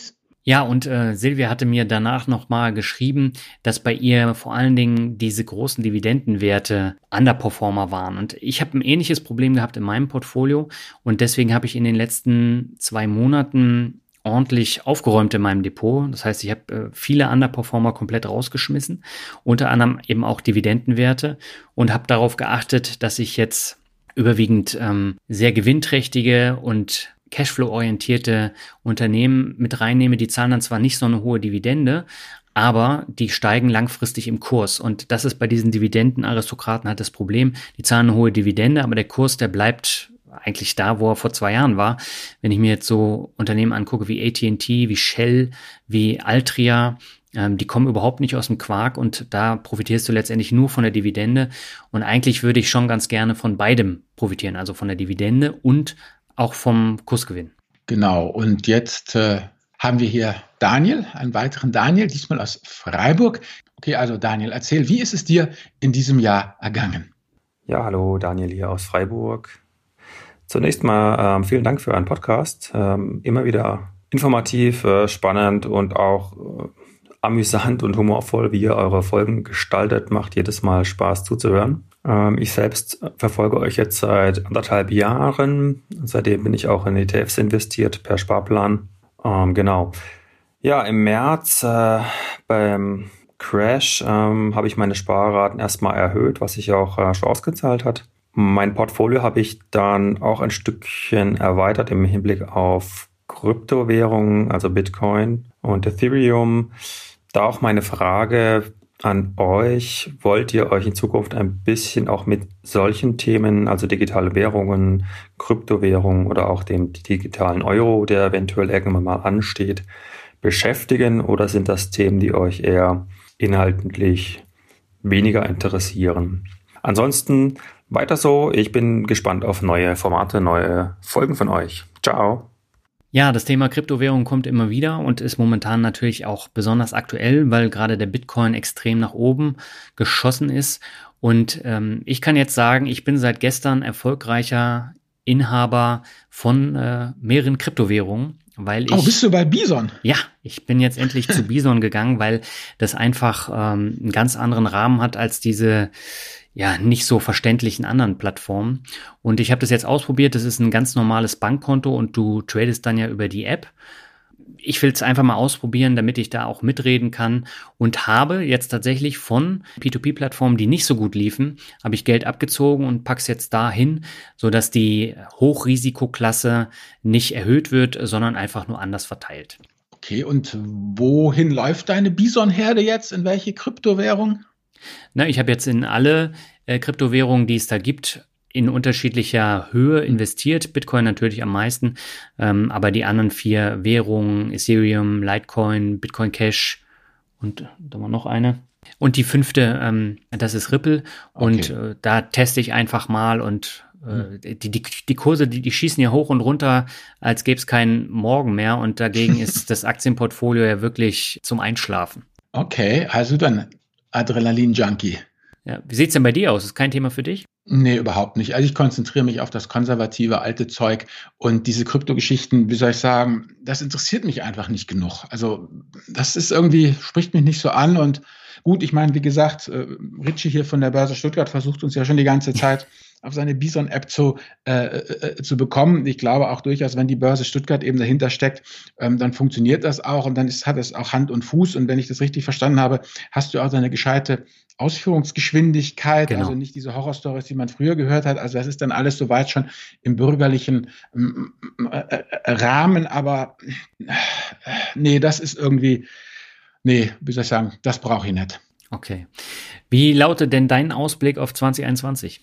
Ja, und äh, Silvia hatte mir danach nochmal geschrieben, dass bei ihr vor allen Dingen diese großen Dividendenwerte Underperformer waren. Und ich habe ein ähnliches Problem gehabt in meinem Portfolio und deswegen habe ich in den letzten zwei Monaten ordentlich aufgeräumt in meinem Depot. Das heißt, ich habe äh, viele Underperformer komplett rausgeschmissen, unter anderem eben auch Dividendenwerte und habe darauf geachtet, dass ich jetzt überwiegend ähm, sehr gewinnträchtige und Cashflow-orientierte Unternehmen mit reinnehme. Die zahlen dann zwar nicht so eine hohe Dividende, aber die steigen langfristig im Kurs. Und das ist bei diesen Dividendenaristokraten halt das Problem. Die zahlen eine hohe Dividende, aber der Kurs, der bleibt eigentlich da, wo er vor zwei Jahren war. Wenn ich mir jetzt so Unternehmen angucke wie A T and T, wie Shell, wie Altria, ähm, die kommen überhaupt nicht aus dem Quark und da profitierst du letztendlich nur von der Dividende. Und eigentlich würde ich schon ganz gerne von beidem profitieren, also von der Dividende und auch vom Kursgewinn. Genau, und jetzt äh, haben wir hier Daniel, einen weiteren Daniel, diesmal aus Freiburg. Okay, also Daniel, erzähl, wie ist es dir in diesem Jahr ergangen? Ja, hallo, Daniel hier aus Freiburg. Zunächst mal ähm, vielen Dank für einen Podcast. Ähm, immer wieder informativ, äh, spannend und auch äh, amüsant und humorvoll, wie ihr eure Folgen gestaltet. Macht jedes Mal Spaß zuzuhören. Ähm, ich selbst verfolge euch jetzt seit anderthalb Jahren. Seitdem bin ich auch in E T Fs investiert per Sparplan. Ähm, genau. Ja, im März äh, beim Crash ähm, habe ich meine Sparraten erstmal erhöht, was sich auch äh, schon ausgezahlt hat. Mein Portfolio habe ich dann auch ein Stückchen erweitert im Hinblick auf Kryptowährungen, also Bitcoin und Ethereum. Da auch meine Frage an euch: Wollt ihr euch in Zukunft ein bisschen auch mit solchen Themen, also digitale Währungen, Kryptowährungen oder auch dem digitalen Euro, der eventuell irgendwann mal ansteht, beschäftigen? Oder sind das Themen, die euch eher inhaltlich weniger interessieren? Ansonsten weiter so. Ich bin gespannt auf neue Formate, neue Folgen von euch. Ciao. Ja, das Thema Kryptowährung kommt immer wieder und ist momentan natürlich auch besonders aktuell, weil gerade der Bitcoin extrem nach oben geschossen ist. Und ähm, ich kann jetzt sagen, ich bin seit gestern erfolgreicher Inhaber von äh, mehreren Kryptowährungen. Weil ich, oh, bist du bei Bison? Ja, ich bin jetzt endlich zu Bison gegangen, weil das einfach ähm, einen ganz anderen Rahmen hat als diese ja nicht so verständlichen anderen Plattformen. Und ich habe das jetzt ausprobiert. Das ist ein ganz normales Bankkonto und du tradest dann ja über die App. Ich will es einfach mal ausprobieren, damit ich da auch mitreden kann und habe jetzt tatsächlich von P zwei P-Plattformen, die nicht so gut liefen, habe ich Geld abgezogen und pack's jetzt dahin, sodass die Hochrisikoklasse nicht erhöht wird, sondern einfach nur anders verteilt. Okay, und wohin läuft deine Bison-Herde jetzt? In welche Kryptowährung? Na, ich habe jetzt in alle äh, Kryptowährungen, die es da gibt, in unterschiedlicher Höhe investiert. Bitcoin natürlich am meisten, ähm, aber die anderen vier Währungen, Ethereum, Litecoin, Bitcoin Cash und da war noch eine. Und die fünfte, ähm, das ist Ripple. Und Okay. äh, da teste ich einfach mal und äh, die, die, die Kurse, die, die schießen ja hoch und runter, als gäbe es keinen Morgen mehr. Und dagegen ist das Aktienportfolio ja wirklich zum Einschlafen. Okay, also dann Adrenalin-Junkie. Ja, wie sieht's denn bei dir aus? Ist kein Thema für dich? Nee, überhaupt nicht. Also ich konzentriere mich auf das konservative alte Zeug und diese Kryptogeschichten, wie soll ich sagen, das interessiert mich einfach nicht genug. Also das ist irgendwie, spricht mich nicht so an und gut, ich meine, wie gesagt, äh, Richie hier von der Börse Stuttgart versucht uns ja schon die ganze Zeit auf seine Bison-App zu, äh, äh, zu bekommen. Ich glaube auch durchaus, wenn die Börse Stuttgart eben dahinter steckt, ähm, dann funktioniert das auch und dann ist, hat es auch Hand und Fuß. Und wenn ich das richtig verstanden habe, hast du auch so eine gescheite Ausführungsgeschwindigkeit, Genau. also nicht diese Horrorstories, die man früher gehört hat. Also das ist dann alles soweit schon im bürgerlichen ähm, äh, Rahmen, aber äh, nee, das ist irgendwie, nee, wie soll ich sagen, das brauche ich nicht. Okay. Wie lautet denn dein Ausblick auf zwanzig einundzwanzig?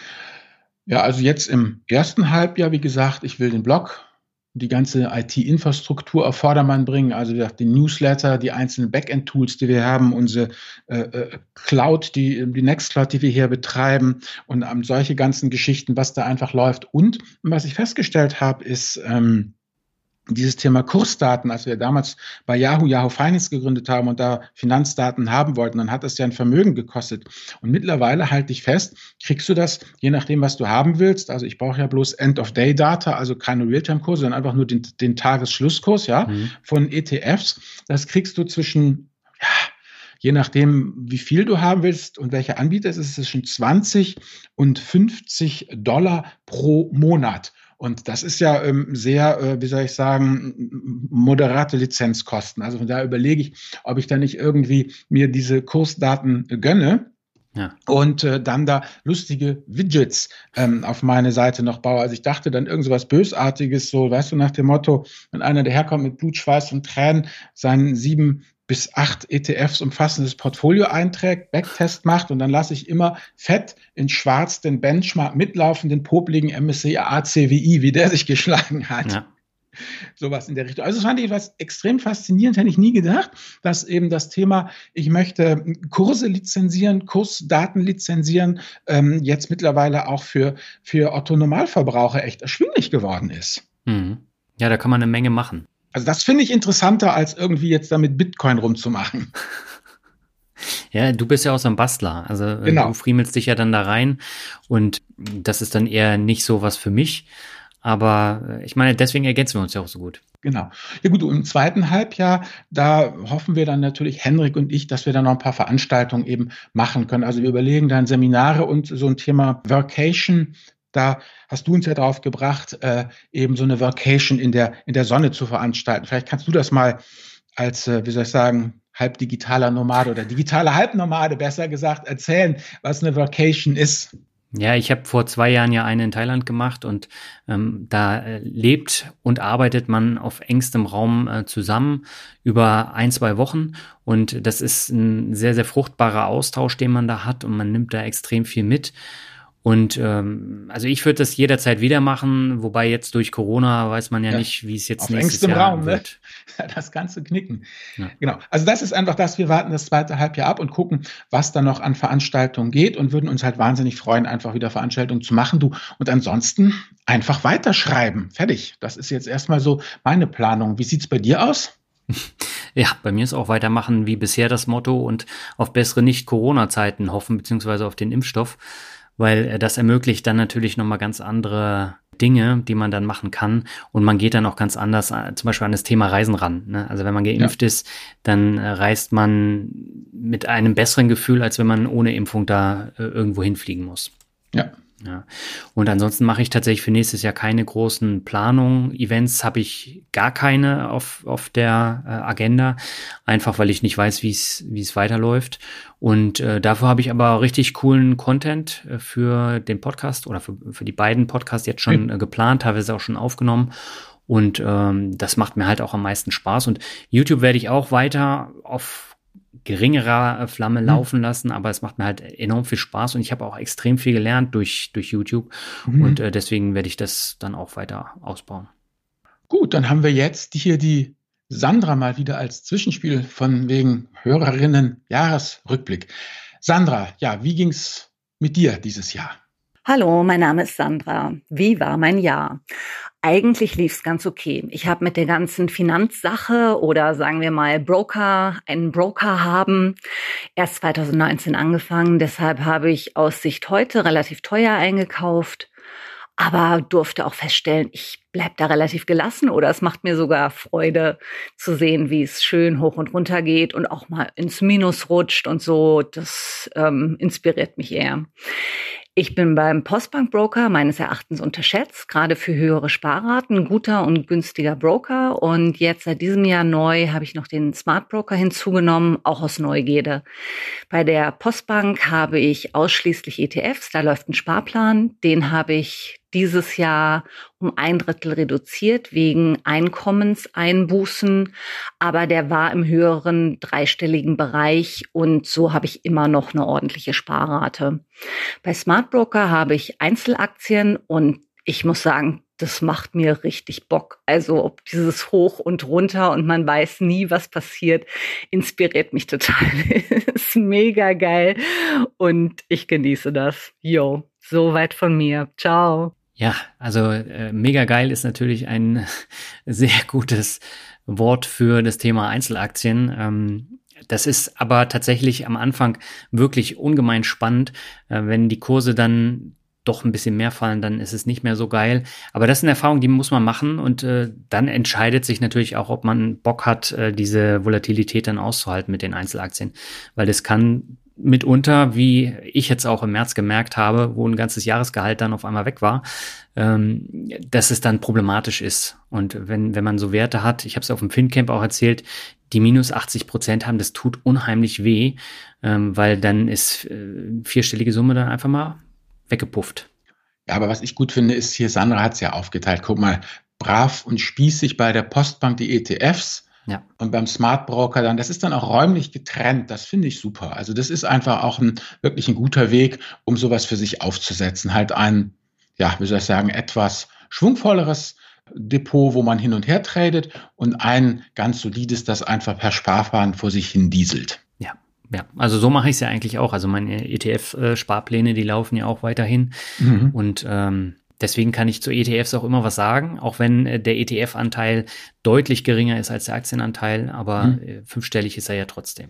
Ja, also jetzt im ersten Halbjahr, wie gesagt, ich will den Blog, die ganze I T-Infrastruktur auf Vordermann bringen, also wie gesagt, die Newsletter, die einzelnen Backend-Tools, die wir haben, unsere äh, äh, Cloud, die, die Nextcloud, die wir hier betreiben und ähm, solche ganzen Geschichten, was da einfach läuft. Und was ich festgestellt habe, ist, ähm, dieses Thema Kursdaten, als wir damals bei Yahoo, Yahoo Finance gegründet haben und da Finanzdaten haben wollten, dann hat das ja ein Vermögen gekostet. Und mittlerweile, halte ich fest, kriegst du das, je nachdem, was du haben willst. Also ich brauche ja bloß End-of-Day-Data, also keine Realtime-Kurse, sondern einfach nur den, den Tagesschlusskurs, ja, mhm. von E T Fs. Das kriegst du zwischen, ja, je nachdem, wie viel du haben willst und welcher Anbieter es ist, zwischen zwanzig und fünfzig Dollar pro Monat. Und das ist ja ähm, sehr, äh, wie soll ich sagen, moderate Lizenzkosten. Also von daher überlege ich, ob ich da nicht irgendwie mir diese Kursdaten gönne. Ja. Und äh, dann da lustige Widgets ähm, auf meine Seite noch baue. Also ich dachte dann irgend so was Bösartiges, so, weißt du, nach dem Motto, wenn einer daherkommt mit Blut, Schweiß und Tränen, seinen sieben bis acht E T Fs umfassendes Portfolio einträgt, Backtest macht und dann lasse ich immer fett in schwarz den Benchmark mitlaufen, den popligen M S C I A C W I, wie der sich geschlagen hat. Ja. Sowas in der Richtung. Also das fand ich was extrem faszinierend, hätte ich nie gedacht, dass eben das Thema, ich möchte Kurse lizenzieren, Kursdaten lizenzieren, ähm, jetzt mittlerweile auch für, für Otto-Normalverbraucher echt erschwinglich geworden ist. Mhm. Ja, da kann man eine Menge machen. Also das finde ich interessanter, als irgendwie jetzt da mit Bitcoin rumzumachen. Ja, du bist ja auch so ein Bastler. Also genau. Du friemelst dich ja dann da rein und das ist dann eher nicht so was für mich. Aber ich meine, deswegen ergänzen wir uns ja auch so gut. Genau. Ja gut, im zweiten Halbjahr, da hoffen wir dann natürlich, Henrik und ich, dass wir dann noch ein paar Veranstaltungen eben machen können. Also wir überlegen dann Seminare und so ein Thema Workation. Da hast du uns ja drauf gebracht, äh, eben so eine Workation in der, in der Sonne zu veranstalten. Vielleicht kannst du das mal als, äh, wie soll ich sagen, halb digitaler Nomade oder digitaler Halbnomade, besser gesagt, erzählen, was eine Workation ist. Ja, ich habe vor zwei Jahren ja eine in Thailand gemacht und ähm, da äh, lebt und arbeitet man auf engstem Raum äh, zusammen über ein, zwei Wochen und das ist ein sehr, sehr fruchtbarer Austausch, den man da hat und man nimmt da extrem viel mit. Und ähm, also ich würde das jederzeit wieder machen, wobei jetzt durch Corona weiß man ja, ja nicht, wie es jetzt auf nächstes engstem Jahr Raum, wird. Ne? Das ganze Knicken. Ja. Genau. Also das ist einfach das, wir warten das zweite Halbjahr ab und gucken, was da noch an Veranstaltungen geht und würden uns halt wahnsinnig freuen, einfach wieder Veranstaltungen zu machen. Du und ansonsten einfach weiterschreiben. Fertig. Das ist jetzt erstmal so meine Planung. Wie sieht's bei dir aus? Ja, bei mir ist auch weitermachen wie bisher das Motto und auf bessere Nicht-Corona-Zeiten hoffen, beziehungsweise auf den Impfstoff. Weil das ermöglicht dann natürlich nochmal ganz andere Dinge, die man dann machen kann. Und man geht dann auch ganz anders zum Beispiel an das Thema Reisen ran. Ne? Also wenn man geimpft ja. ist, dann reist man mit einem besseren Gefühl, als wenn man ohne Impfung da äh, irgendwo hinfliegen muss. Ja. Ja. Und ansonsten mache ich tatsächlich für nächstes Jahr keine großen Planungen. Events habe ich gar keine auf, auf der äh, Agenda, einfach weil ich nicht weiß, wie es wie es weiterläuft. Und äh, dafür habe ich aber richtig coolen Content äh, für den Podcast oder für, für die beiden Podcasts jetzt schon äh, geplant, teilweise auch schon aufgenommen. Und ähm, das macht mir halt auch am meisten Spaß. Und YouTube werde ich auch weiter auf geringerer Flamme laufen lassen, aber es macht mir halt enorm viel Spaß und ich habe auch extrem viel gelernt durch, durch YouTube mhm. und äh, deswegen werde ich das dann auch weiter ausbauen. Gut, dann haben wir jetzt hier die Sandra mal wieder als Zwischenspiel von wegen Hörerinnen-Jahresrückblick. Sandra, ja, wie ging's mit dir dieses Jahr? Hallo, mein Name ist Sandra. Wie war mein Jahr? Eigentlich lief es ganz okay. Ich habe mit der ganzen Finanzsache oder sagen wir mal Broker, einen Broker haben, erst zwanzig neunzehn angefangen. Deshalb habe ich aus Sicht heute relativ teuer eingekauft, aber durfte auch feststellen, ich bleib da relativ gelassen oder es macht mir sogar Freude zu sehen, wie es schön hoch und runter geht und auch mal ins Minus rutscht und so. Das ähm, inspiriert mich eher. Ich bin beim Postbank-Broker meines Erachtens unterschätzt, gerade für höhere Sparraten, ein guter und günstiger Broker. Und jetzt seit diesem Jahr neu habe ich noch den Smart Broker hinzugenommen, auch aus Neugierde. Bei der Postbank habe ich ausschließlich E T Fs, da läuft ein Sparplan, den habe ich dieses Jahr um ein Drittel reduziert wegen Einkommenseinbußen, aber der war im höheren dreistelligen Bereich und so habe ich immer noch eine ordentliche Sparrate. Bei Smart Broker habe ich Einzelaktien und ich muss sagen, das macht mir richtig Bock. Also ob dieses Hoch und Runter und man weiß nie, was passiert, inspiriert mich total. Ist mega geil und ich genieße das. Jo, soweit von mir. Ciao. Ja, also äh, mega geil ist natürlich ein sehr gutes Wort für das Thema Einzelaktien. Ähm, das ist aber tatsächlich am Anfang wirklich ungemein spannend. Äh, wenn die Kurse dann doch ein bisschen mehr fallen, dann ist es nicht mehr so geil. Aber das ist eine Erfahrung, die muss man machen und äh, dann entscheidet sich natürlich auch, ob man Bock hat, äh, diese Volatilität dann auszuhalten mit den Einzelaktien. Weil das kann mitunter, wie ich jetzt auch im März gemerkt habe, wo ein ganzes Jahresgehalt dann auf einmal weg war, ähm, dass es dann problematisch ist. Und wenn wenn man so Werte hat, ich habe es auf dem FinCamp auch erzählt, die minus achtzig Prozent haben, das tut unheimlich weh, ähm, weil dann ist äh, vierstellige Summe dann einfach mal weggepufft. Ja, aber was ich gut finde, ist hier, Sandra hat es ja aufgeteilt. Guck mal, brav und spießig bei der Postbank die E T Fs. Ja. Und beim Smart Broker dann, das ist dann auch räumlich getrennt. Das finde ich super. Also das ist einfach auch ein wirklich ein guter Weg, um sowas für sich aufzusetzen. Halt ein, ja, wie soll ich sagen, etwas schwungvolleres Depot, wo man hin und her tradet und ein ganz solides, das einfach per Sparplan vor sich hin dieselt. Ja. Ja, also so mache ich es ja eigentlich auch. Also meine E T F-Sparpläne, die laufen ja auch weiterhin. Mhm. Und ähm, deswegen kann ich zu E T Fs auch immer was sagen, auch wenn äh, der E T F-Anteil deutlich geringer ist als der Aktienanteil, aber mhm. äh, fünfstellig ist er ja trotzdem.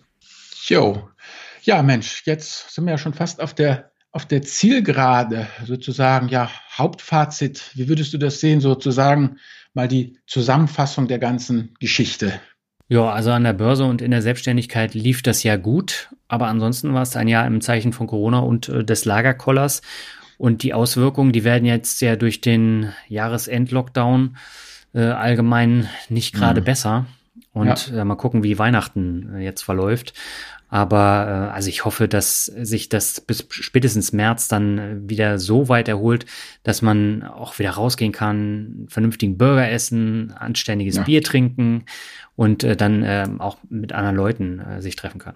Jo, ja Mensch, jetzt sind wir ja schon fast auf der auf der Zielgerade sozusagen. Ja, Hauptfazit, wie würdest du das sehen, sozusagen mal die Zusammenfassung der ganzen Geschichte? Ja, also an der Börse und in der Selbstständigkeit lief das ja gut, aber ansonsten war es ein Jahr im Zeichen von Corona und äh, des Lagerkollers. Und die Auswirkungen, die werden jetzt ja durch den Jahresend-Lockdown äh, allgemein nicht gerade mhm. besser. Und ja. äh, mal gucken, wie Weihnachten äh, jetzt verläuft. Aber äh, also ich hoffe, dass sich das bis spätestens März dann äh, wieder so weit erholt, dass man auch wieder rausgehen kann, vernünftigen Burger essen, anständiges ja. Bier trinken und äh, dann äh, auch mit anderen Leuten äh, sich treffen kann.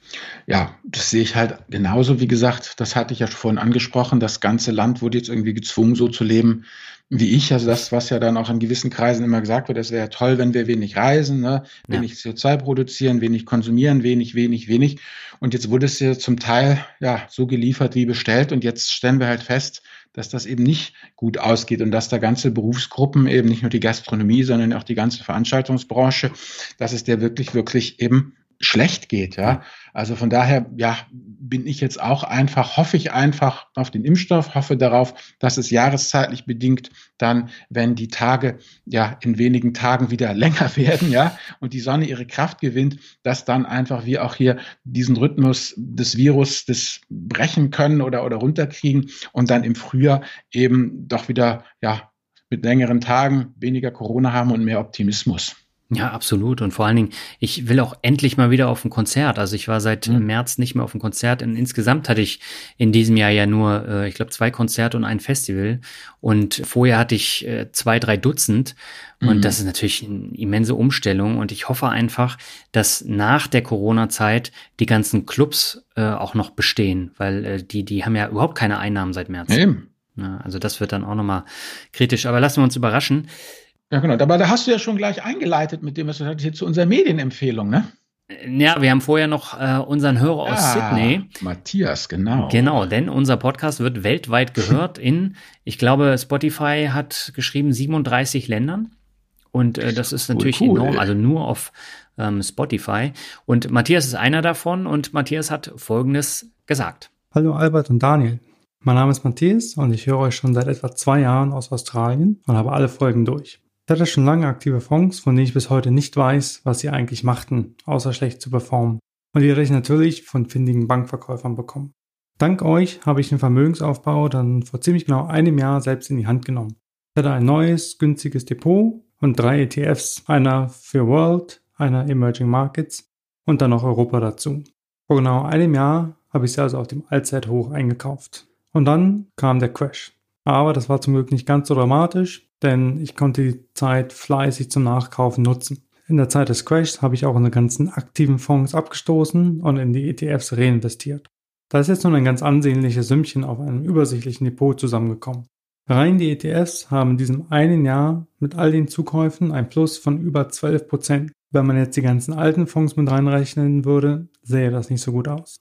Ja, das sehe ich halt genauso. Wie gesagt, das hatte ich ja vorhin angesprochen. Das ganze Land wurde jetzt irgendwie gezwungen, so zu leben wie ich. Also das, was ja dann auch in gewissen Kreisen immer gesagt wird, das wäre ja toll, wenn wir wenig reisen, ne? wenig ja. C O zwei produzieren, wenig konsumieren, wenig, wenig, wenig. Und jetzt wurde es ja zum Teil ja so geliefert wie bestellt. Und jetzt stellen wir halt fest, dass das eben nicht gut ausgeht und dass da ganze Berufsgruppen, eben nicht nur die Gastronomie, sondern auch die ganze Veranstaltungsbranche, dass es der wirklich, wirklich eben schlecht geht, ja. Also von daher, ja, bin ich jetzt auch einfach, hoffe ich einfach auf den Impfstoff, hoffe darauf, dass es jahreszeitlich bedingt dann, wenn die Tage ja in wenigen Tagen wieder länger werden, ja, und die Sonne ihre Kraft gewinnt, dass dann einfach wir auch hier diesen Rhythmus des Virus des brechen können oder, oder runterkriegen und dann im Frühjahr eben doch wieder, ja, mit längeren Tagen weniger Corona haben und mehr Optimismus. Ja, absolut. Und vor allen Dingen, ich will auch endlich mal wieder auf ein Konzert. Also ich war seit mhm. März nicht mehr auf ein Konzert. Und insgesamt hatte ich in diesem Jahr ja nur, äh, ich glaube, zwei Konzerte und ein Festival. Und vorher hatte ich äh, zwei, drei Dutzend. Und mhm. das ist natürlich eine immense Umstellung. Und ich hoffe einfach, dass nach der Corona-Zeit die ganzen Clubs äh, auch noch bestehen. Weil äh, die, die haben ja überhaupt keine Einnahmen seit März. Eben. Ja, also das wird dann auch nochmal kritisch. Aber lassen wir uns überraschen. Ja, genau. Aber da hast du ja schon gleich eingeleitet mit dem, was du hattest, hier zu unserer Medienempfehlung, ne? Ja, wir haben vorher noch äh, unseren Hörer aus ah, Sydney. Matthias, genau. Genau, denn unser Podcast wird weltweit gehört in, ich glaube, Spotify hat geschrieben siebenunddreißig Ländern. Und äh, das ist natürlich cool, cool, enorm, also nur auf ähm, Spotify. Und Matthias ist einer davon und Matthias hat Folgendes gesagt. Hallo Albert und Daniel. Mein Name ist Matthias und ich höre euch schon seit etwa zwei Jahren aus Australien und habe alle Folgen durch. Ich hatte schon lange aktive Fonds, von denen ich bis heute nicht weiß, was sie eigentlich machten, außer schlecht zu performen. Und die hatte ich natürlich von findigen Bankverkäufern bekommen. Dank euch habe ich den Vermögensaufbau dann vor ziemlich genau einem Jahr selbst in die Hand genommen. Ich hatte ein neues, günstiges Depot und drei E T Fs, einer für World, einer Emerging Markets und dann noch Europa dazu. Vor genau einem Jahr habe ich sie also auf dem Allzeithoch eingekauft. Und dann kam der Crash. Aber das war zum Glück nicht ganz so dramatisch, denn ich konnte die Zeit fleißig zum Nachkaufen nutzen. In der Zeit des Crashs habe ich auch unsere ganzen aktiven Fonds abgestoßen und in die E T Fs reinvestiert. Da ist jetzt nun ein ganz ansehnliches Sümmchen auf einem übersichtlichen Depot zusammengekommen. Rein die E T Fs haben in diesem einen Jahr mit all den Zukäufen ein Plus von über zwölf Prozent. Wenn man jetzt die ganzen alten Fonds mit reinrechnen würde, sähe das nicht so gut aus.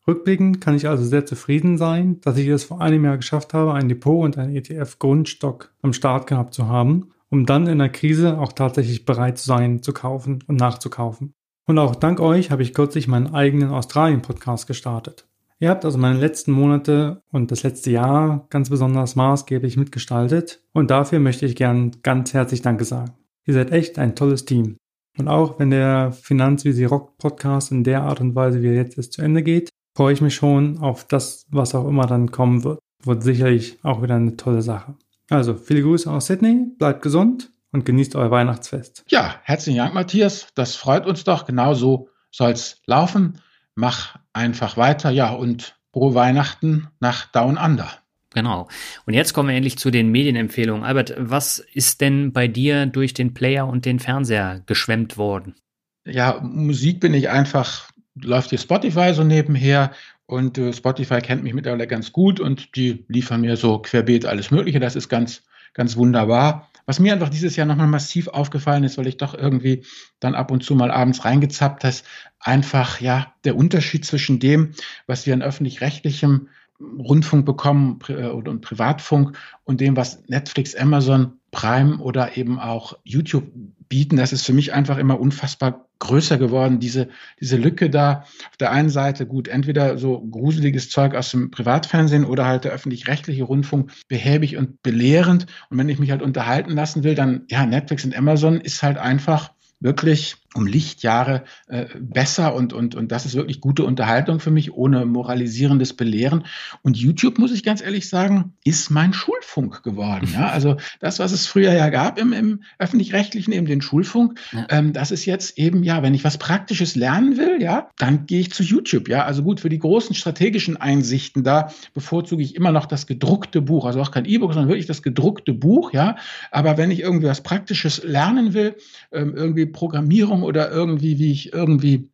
Rückblickend kann ich also sehr zufrieden sein, dass ich es vor einem Jahr geschafft habe, ein Depot und einen E T F-Grundstock am Start gehabt zu haben, um dann in der Krise auch tatsächlich bereit zu sein, zu kaufen und nachzukaufen. Und auch dank euch habe ich kürzlich meinen eigenen Australien-Podcast gestartet. Ihr habt also meine letzten Monate und das letzte Jahr ganz besonders maßgeblich mitgestaltet und dafür möchte ich gern ganz herzlich Danke sagen. Ihr seid echt ein tolles Team. Und auch wenn der Finanz wie sie rockt Podcast in der Art und Weise, wie er jetzt ist, zu Ende geht, freue ich mich schon auf das, was auch immer dann kommen wird. Wird sicherlich auch wieder eine tolle Sache. Also, viele Grüße aus Sydney, bleibt gesund und genießt euer Weihnachtsfest. Ja, herzlichen Dank, Matthias. Das freut uns doch. Genau so soll's laufen. Mach einfach weiter. Ja, und frohe Weihnachten nach Down Under. Genau. Und jetzt kommen wir endlich zu den Medienempfehlungen. Albert, was ist denn bei dir durch den Player und den Fernseher geschwemmt worden? Ja, Musik bin ich einfach, läuft hier Spotify so nebenher und äh, Spotify kennt mich mittlerweile ganz gut und die liefern mir so querbeet alles Mögliche. Das ist ganz, ganz wunderbar. Was mir einfach dieses Jahr nochmal massiv aufgefallen ist, weil ich doch irgendwie dann ab und zu mal abends reingezappt habe, einfach ja der Unterschied zwischen dem, was wir in öffentlich-rechtlichem Rundfunk bekommen und Privatfunk und dem, was Netflix, Amazon, Prime oder eben auch YouTube bieten, das ist für mich einfach immer unfassbar größer geworden, diese, diese Lücke da. Auf der einen Seite gut, entweder so gruseliges Zeug aus dem Privatfernsehen oder halt der öffentlich-rechtliche Rundfunk behäbig und belehrend. Und wenn ich mich halt unterhalten lassen will, dann, ja, Netflix und Amazon ist halt einfach wirklich um Lichtjahre äh, besser und, und, und das ist wirklich gute Unterhaltung für mich, ohne moralisierendes Belehren. Und YouTube, muss ich ganz ehrlich sagen, ist mein Schulfunk geworden. Ja? Also das, was es früher ja gab im, im Öffentlich-Rechtlichen, eben den Schulfunk, ja. ähm, das ist jetzt eben, ja, wenn ich was Praktisches lernen will, ja, dann gehe ich zu YouTube. Ja, also gut, für die großen strategischen Einsichten, da bevorzuge ich immer noch das gedruckte Buch, also auch kein E-Book, sondern wirklich das gedruckte Buch, ja. Aber wenn ich irgendwie was Praktisches lernen will, ähm, irgendwie Programmierung oder irgendwie, wie ich irgendwie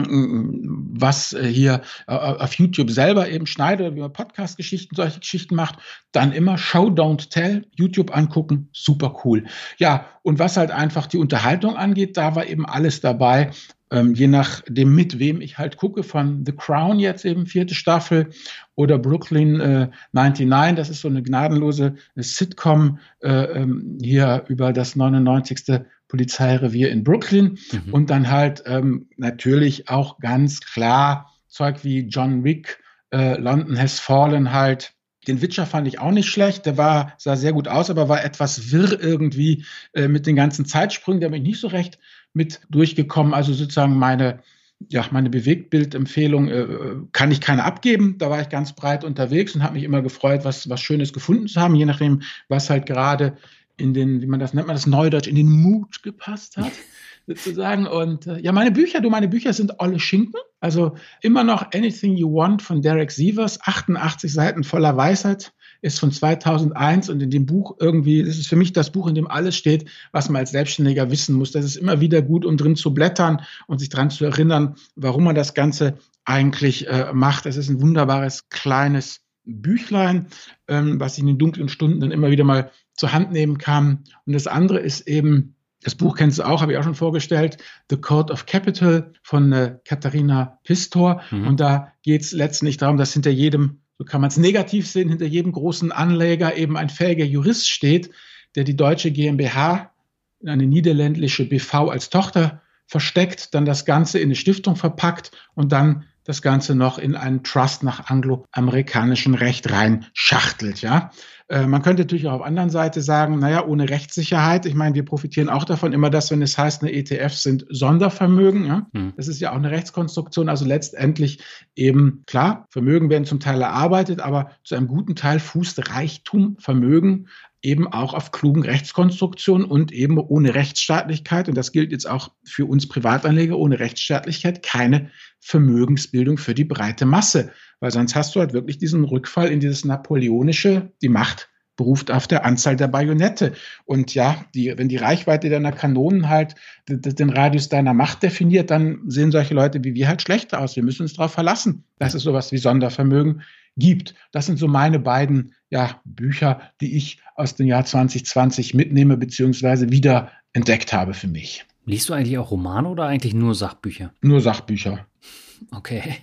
was hier auf YouTube selber eben schneide oder wie man Podcast-Geschichten, solche Geschichten macht, dann immer Show, Don't Tell, YouTube angucken, super cool. Ja, und was halt einfach die Unterhaltung angeht, da war eben alles dabei, ähm, je nachdem, mit wem ich halt gucke, von The Crown jetzt eben vierte Staffel oder Brooklyn äh, neunundneunzig, das ist so eine gnadenlose Sitcom äh, hier über das neunundneunzigste Polizeirevier in Brooklyn mhm. und dann halt ähm, natürlich auch ganz klar Zeug wie John Wick, äh, London Has Fallen halt. Den Witcher fand ich auch nicht schlecht, der war, sah sehr gut aus, aber war etwas wirr irgendwie äh, mit den ganzen Zeitsprüngen, da bin ich nicht so recht mit durchgekommen, also sozusagen meine, ja, meine Bewegtbildempfehlung äh, kann ich keine abgeben, da war ich ganz breit unterwegs und habe mich immer gefreut, was, was Schönes gefunden zu haben, je nachdem, was halt gerade in den, wie man das nennt, man das Neudeutsch, in den Mut gepasst hat, sozusagen. Und äh, ja, meine Bücher, du, meine Bücher sind olle Schinken. Also immer noch Anything You Want von Derek Sivers, achtundachtzig Seiten voller Weisheit, ist von zweitausendeins und in dem Buch irgendwie, das ist für mich das Buch, in dem alles steht, was man als Selbstständiger wissen muss. Das ist immer wieder gut, um drin zu blättern und sich dran zu erinnern, warum man das Ganze eigentlich äh, macht. Es ist ein wunderbares, kleines Büchlein, ähm, was ich in den dunklen Stunden dann immer wieder mal zur Hand nehmen kann. Und das andere ist eben, das Buch kennst du auch, habe ich auch schon vorgestellt, The Code of Capital von äh, Katharina Pistor. Mhm. Und da geht es letztendlich darum, dass hinter jedem, so kann man es negativ sehen, hinter jedem großen Anleger eben ein fähiger Jurist steht, der die deutsche GmbH in eine niederländische B V als Tochter versteckt, dann das Ganze in eine Stiftung verpackt und dann das Ganze noch in einen Trust nach angloamerikanischem Recht reinschachtelt, ja. Äh, man könnte natürlich auch auf der anderen Seite sagen, naja, ohne Rechtssicherheit, ich meine, wir profitieren auch davon, immer das, wenn es heißt, eine E T Fs sind Sondervermögen, ja. Hm. Das ist ja auch eine Rechtskonstruktion, also letztendlich eben, klar, Vermögen werden zum Teil erarbeitet, aber zu einem guten Teil fußt Reichtum, Vermögen eben auch auf klugen Rechtskonstruktionen und eben ohne Rechtsstaatlichkeit, und das gilt jetzt auch für uns Privatanleger, ohne Rechtsstaatlichkeit keine Vermögensbildung für die breite Masse, weil sonst hast du halt wirklich diesen Rückfall in dieses napoleonische, die Macht beruft auf der Anzahl der Bajonette. Und ja, die, wenn die Reichweite deiner Kanonen halt den Radius deiner Macht definiert, dann sehen solche Leute wie wir halt schlechter aus. Wir müssen uns darauf verlassen, dass es sowas wie Sondervermögen gibt. Das sind so meine beiden ja, Bücher, die ich aus dem Jahr zwanzig zwanzig mitnehme bzw. wieder entdeckt habe für mich. Liest du eigentlich auch Romane oder eigentlich nur Sachbücher? Nur Sachbücher. Okay.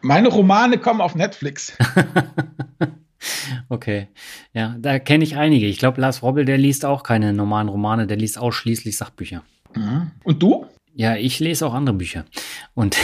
Meine Romane kommen auf Netflix. Okay, ja, da kenne ich einige. Ich glaube, Lars Robbel, der liest auch keine normalen Romane, der liest ausschließlich Sachbücher. Und du? Ja, ich lese auch andere Bücher. Und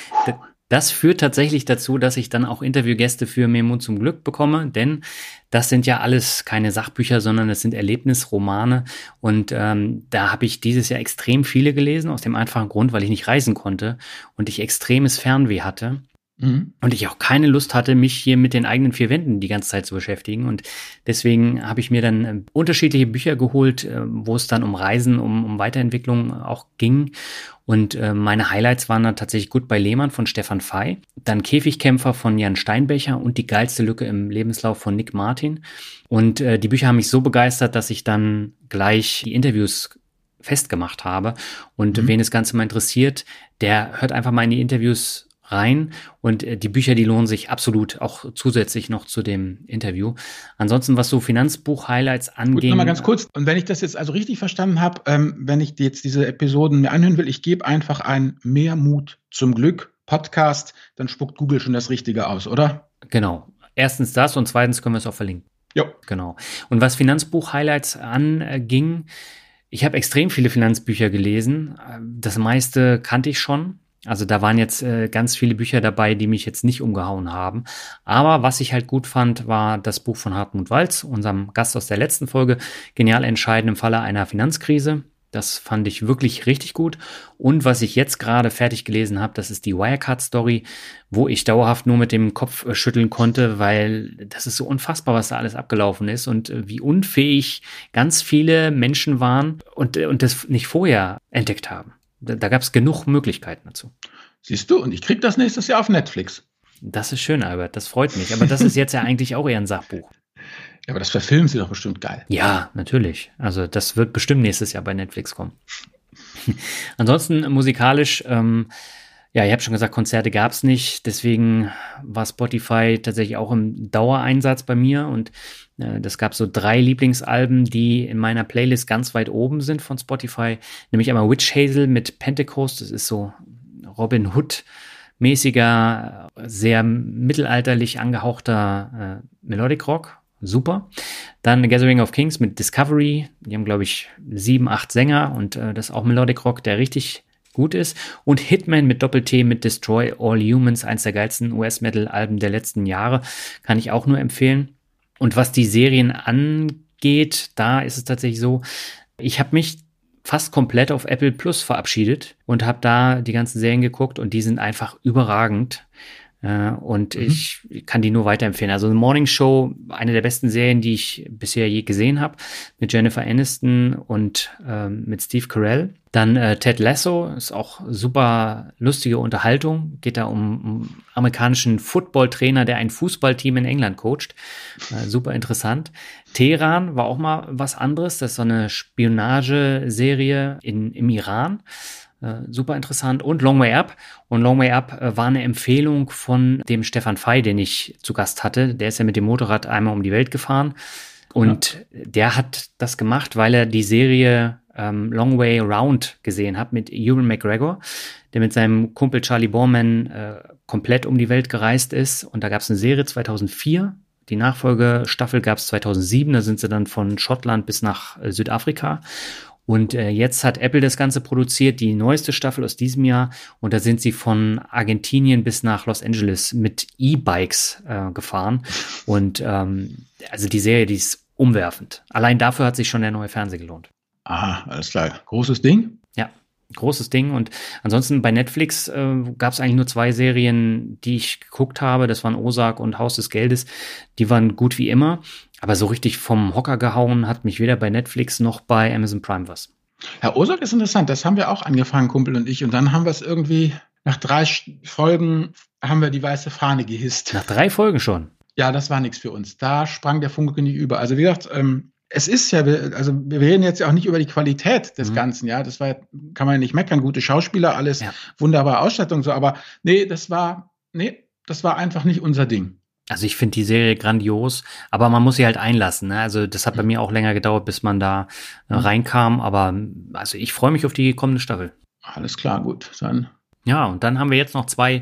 das führt tatsächlich dazu, dass ich dann auch Interviewgäste für Mehr Mut zum Glück bekomme, denn das sind ja alles keine Sachbücher, sondern es sind Erlebnisromane. Und ähm, da habe ich dieses Jahr extrem viele gelesen, aus dem einfachen Grund, weil ich nicht reisen konnte und ich extremes Fernweh hatte. Mhm. Und ich auch keine Lust hatte, mich hier mit den eigenen vier Wänden die ganze Zeit zu beschäftigen. Und deswegen habe ich mir dann äh, unterschiedliche Bücher geholt, äh, wo es dann um Reisen, um, um Weiterentwicklung auch ging. Und äh, meine Highlights waren dann tatsächlich Goodbye Lehmann von Stefan Fey, dann Käfigkämpfer von Jan Steinbecher und Die geilste Lücke im Lebenslauf von Nick Martin. Und äh, die Bücher haben mich so begeistert, dass ich dann gleich die Interviews festgemacht habe. Und mhm. wen das Ganze mal interessiert, der hört einfach mal in die Interviews rein und äh, die Bücher, die lohnen sich absolut auch zusätzlich noch zu dem Interview. Ansonsten, was so Finanzbuch-Highlights angeht. Nochmal ganz kurz, und wenn ich das jetzt also richtig verstanden habe, ähm, wenn ich jetzt diese Episoden mir anhören will, ich gebe einfach ein Mehr Mut zum Glück Podcast, dann spuckt Google schon das Richtige aus, oder? Genau. Erstens das und zweitens können wir es auch verlinken. Ja. Genau. Und was Finanzbuch-Highlights anging, ich habe extrem viele Finanzbücher gelesen. Das meiste kannte ich schon. Also da waren jetzt äh, ganz viele Bücher dabei, die mich jetzt nicht umgehauen haben. Aber was ich halt gut fand, war das Buch von Hartmut Walz, unserem Gast aus der letzten Folge, Genial entscheiden im Falle einer Finanzkrise. Das fand ich wirklich richtig gut. Und was ich jetzt gerade fertig gelesen habe, das ist die Wirecard-Story, wo ich dauerhaft nur mit dem Kopf äh, schütteln konnte, weil das ist so unfassbar, was da alles abgelaufen ist und äh, wie unfähig ganz viele Menschen waren und, äh, und das nicht vorher entdeckt haben. Da, da gab es genug Möglichkeiten dazu. Siehst du, und ich krieg das nächstes Jahr auf Netflix. Das ist schön, Albert, das freut mich. Aber das ist jetzt ja eigentlich auch eher ein Sachbuch. Ja, aber das verfilmen sie doch bestimmt geil. Ja, natürlich. Also das wird bestimmt nächstes Jahr bei Netflix kommen. Ansonsten musikalisch, ähm, ja, ich habe schon gesagt, Konzerte gab es nicht. Deswegen war Spotify tatsächlich auch im Dauereinsatz bei mir. Und äh, das gab so drei Lieblingsalben, die in meiner Playlist ganz weit oben sind von Spotify. Nämlich einmal Witch Hazel mit Pentecost. Das ist so Robin Hood-mäßiger, sehr mittelalterlich angehauchter äh, Melodic Rock. Super. Dann Gathering of Kings mit Discovery. Die haben, glaube ich, sieben, acht Sänger und äh, das ist auch Melodic Rock, der richtig gut ist. Und Hitman mit Doppel-T mit Destroy All Humans, eins der geilsten U S-Metal-Alben der letzten Jahre. Kann ich auch nur empfehlen. Und was die Serien angeht, da ist es tatsächlich so, ich habe mich fast komplett auf Apple Plus verabschiedet und habe da die ganzen Serien geguckt und die sind einfach überragend. Und mhm. ich kann die nur weiterempfehlen. Also The Morning Show, eine der besten Serien, die ich bisher je gesehen habe, mit Jennifer Aniston und ähm, mit Steve Carell. Dann äh, Ted Lasso, ist auch super lustige Unterhaltung. Geht da um, um amerikanischen Football-Trainer, der ein Fußballteam in England coacht. Äh, super interessant. Teheran war auch mal was anderes. Das ist so eine Spionageserie in, im Iran. Uh, super interessant. Und Long Way Up. Und Long Way Up uh, war eine Empfehlung von dem Stefan Fey, den ich zu Gast hatte. Der ist ja mit dem Motorrad einmal um die Welt gefahren. Und ja. der hat das gemacht, weil er die Serie ähm, Long Way Round gesehen hat mit Ewan McGregor, der mit seinem Kumpel Charlie Borman äh, komplett um die Welt gereist ist. Und da gab es eine Serie zweitausendvier. Die Nachfolgestaffel gab es zweitausendsieben. Da sind sie dann von Schottland bis nach äh, Südafrika. Und äh, jetzt hat Apple das Ganze produziert, die neueste Staffel aus diesem Jahr. Und da sind sie von Argentinien bis nach Los Angeles mit E-Bikes äh, gefahren. Und ähm, also die Serie, die ist umwerfend. Allein dafür hat sich schon der neue Fernseher gelohnt. Aha, alles klar. Großes Ding? Ja, großes Ding. Und ansonsten bei Netflix äh, gab es eigentlich nur zwei Serien, die ich geguckt habe. Das waren Ozark und Haus des Geldes. Die waren gut wie immer. Aber so richtig vom Hocker gehauen hat mich weder bei Netflix noch bei Amazon Prime was. Herr Ozark ist interessant. Das haben wir auch angefangen, Kumpel und ich. Und dann haben wir es irgendwie, nach drei Folgen haben wir die weiße Fahne gehisst. Nach drei Folgen schon? Ja, das war nichts für uns. Da sprang der Funke nicht über. Also wie gesagt, ähm, es ist ja, also wir reden jetzt ja auch nicht über die Qualität des mhm. Ganzen. Ja, das war, kann man ja nicht meckern. Gute Schauspieler, alles ja. Wunderbare Ausstattung so. Aber nee, das war, nee, das war einfach nicht unser Ding. Also ich finde die Serie grandios, aber man muss sie halt einlassen. Ne? Also das hat bei mir auch länger gedauert, bis man da äh, reinkam. Aber also ich freue mich auf die kommende Staffel. Alles klar, gut. Dann. Ja, und dann haben wir jetzt noch zwei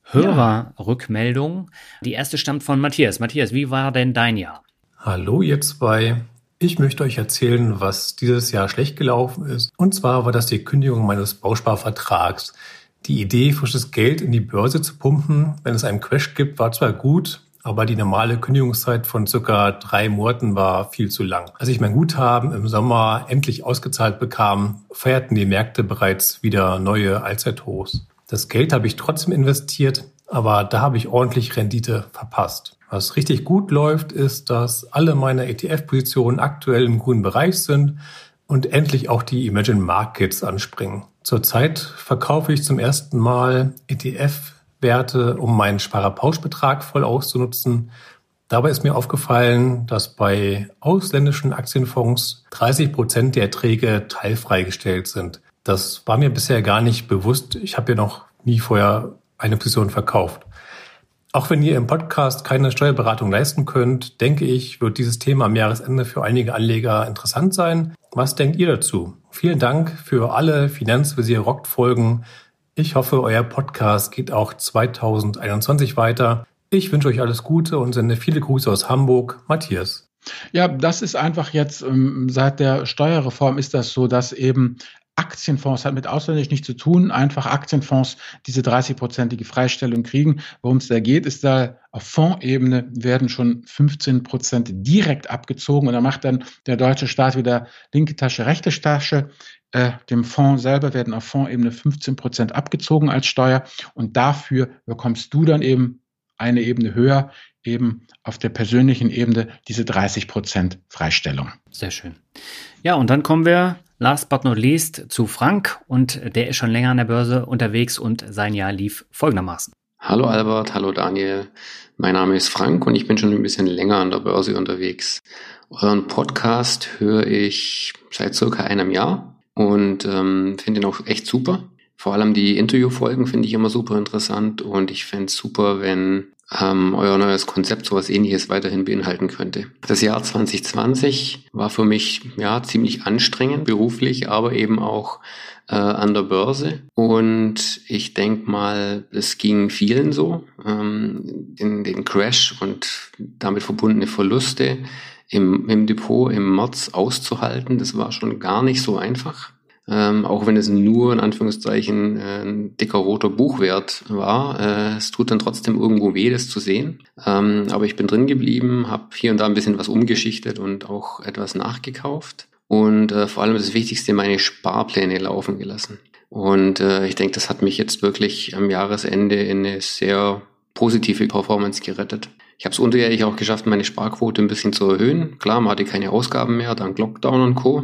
Hörerrückmeldung. Die erste stammt von Matthias. Matthias, wie war denn dein Jahr? Hallo ihr zwei. Ich möchte euch erzählen, was dieses Jahr schlecht gelaufen ist. Und zwar war das die Kündigung meines Bausparvertrags. Die Idee, frisches Geld in die Börse zu pumpen, wenn es einen Crash gibt, war zwar gut, aber die normale Kündigungszeit von circa drei Monaten war viel zu lang. Als ich mein Guthaben im Sommer endlich ausgezahlt bekam, feierten die Märkte bereits wieder neue Allzeithochs. Das Geld habe ich trotzdem investiert, aber da habe ich ordentlich Rendite verpasst. Was richtig gut läuft, ist, dass alle meine E T F-Positionen aktuell im grünen Bereich sind und endlich auch die Emerging Markets anspringen. Zurzeit verkaufe ich zum ersten Mal E T F-Werte, um meinen Sparerpauschbetrag voll auszunutzen. Dabei ist mir aufgefallen, dass bei ausländischen Aktienfonds dreißig Prozent der Erträge teilfreigestellt sind. Das war mir bisher gar nicht bewusst. Ich habe ja noch nie vorher eine Position verkauft. Auch wenn ihr im Podcast keine Steuerberatung leisten könnt, denke ich, wird dieses Thema am Jahresende für einige Anleger interessant sein. Was denkt ihr dazu? Vielen Dank für alle Finanzvisier Rockt Folgen. Ich hoffe, euer Podcast geht auch zwanzig einundzwanzig weiter. Ich wünsche euch alles Gute und sende viele Grüße aus Hamburg. Matthias. Ja, das ist einfach jetzt, seit der Steuerreform ist das so, dass eben Aktienfonds hat mit ausländisch nichts zu tun, einfach Aktienfonds diese dreißig-prozentige Freistellung kriegen. Worum es da geht, ist da auf Fondsebene werden schon fünfzehn Prozent direkt abgezogen und da macht dann der deutsche Staat wieder linke Tasche, rechte Tasche. Äh, dem Fonds selber werden auf Fondsebene fünfzehn Prozent abgezogen als Steuer und dafür bekommst du dann eben eine Ebene höher, eben auf der persönlichen Ebene diese dreißig Prozent Freistellung. Sehr schön. Ja, und dann kommen wir last but not least zu Frank und der ist schon länger an der Börse unterwegs und sein Jahr lief folgendermaßen. Hallo Albert, hallo Daniel. Mein Name ist Frank und ich bin schon ein bisschen länger an der Börse unterwegs. Euren Podcast höre ich seit circa einem Jahr und ähm, finde ihn auch echt super. Vor allem die Interviewfolgen finde ich immer super interessant und ich fände es super, wenn ähm, euer neues Konzept sowas Ähnliches weiterhin beinhalten könnte. Das Jahr zwanzig zwanzig war für mich ja ziemlich anstrengend beruflich, aber eben auch äh, an der Börse und ich denke mal, es ging vielen so, ähm, den, den Crash und damit verbundene Verluste im, im Depot im März auszuhalten, das war schon gar nicht so einfach. Ähm, auch wenn es nur in Anführungszeichen äh, ein dicker roter Buchwert war, äh, es tut dann trotzdem irgendwo weh, das zu sehen. Ähm, aber ich bin drin geblieben, habe hier und da ein bisschen was umgeschichtet und auch etwas nachgekauft und äh, vor allem das Wichtigste, meine Sparpläne laufen gelassen. Und äh, ich denke, das hat mich jetzt wirklich am Jahresende in eine sehr positive Performance gerettet. Ich habe es unterjährig auch geschafft, meine Sparquote ein bisschen zu erhöhen. Klar, man hatte keine Ausgaben mehr, dank Lockdown und Co.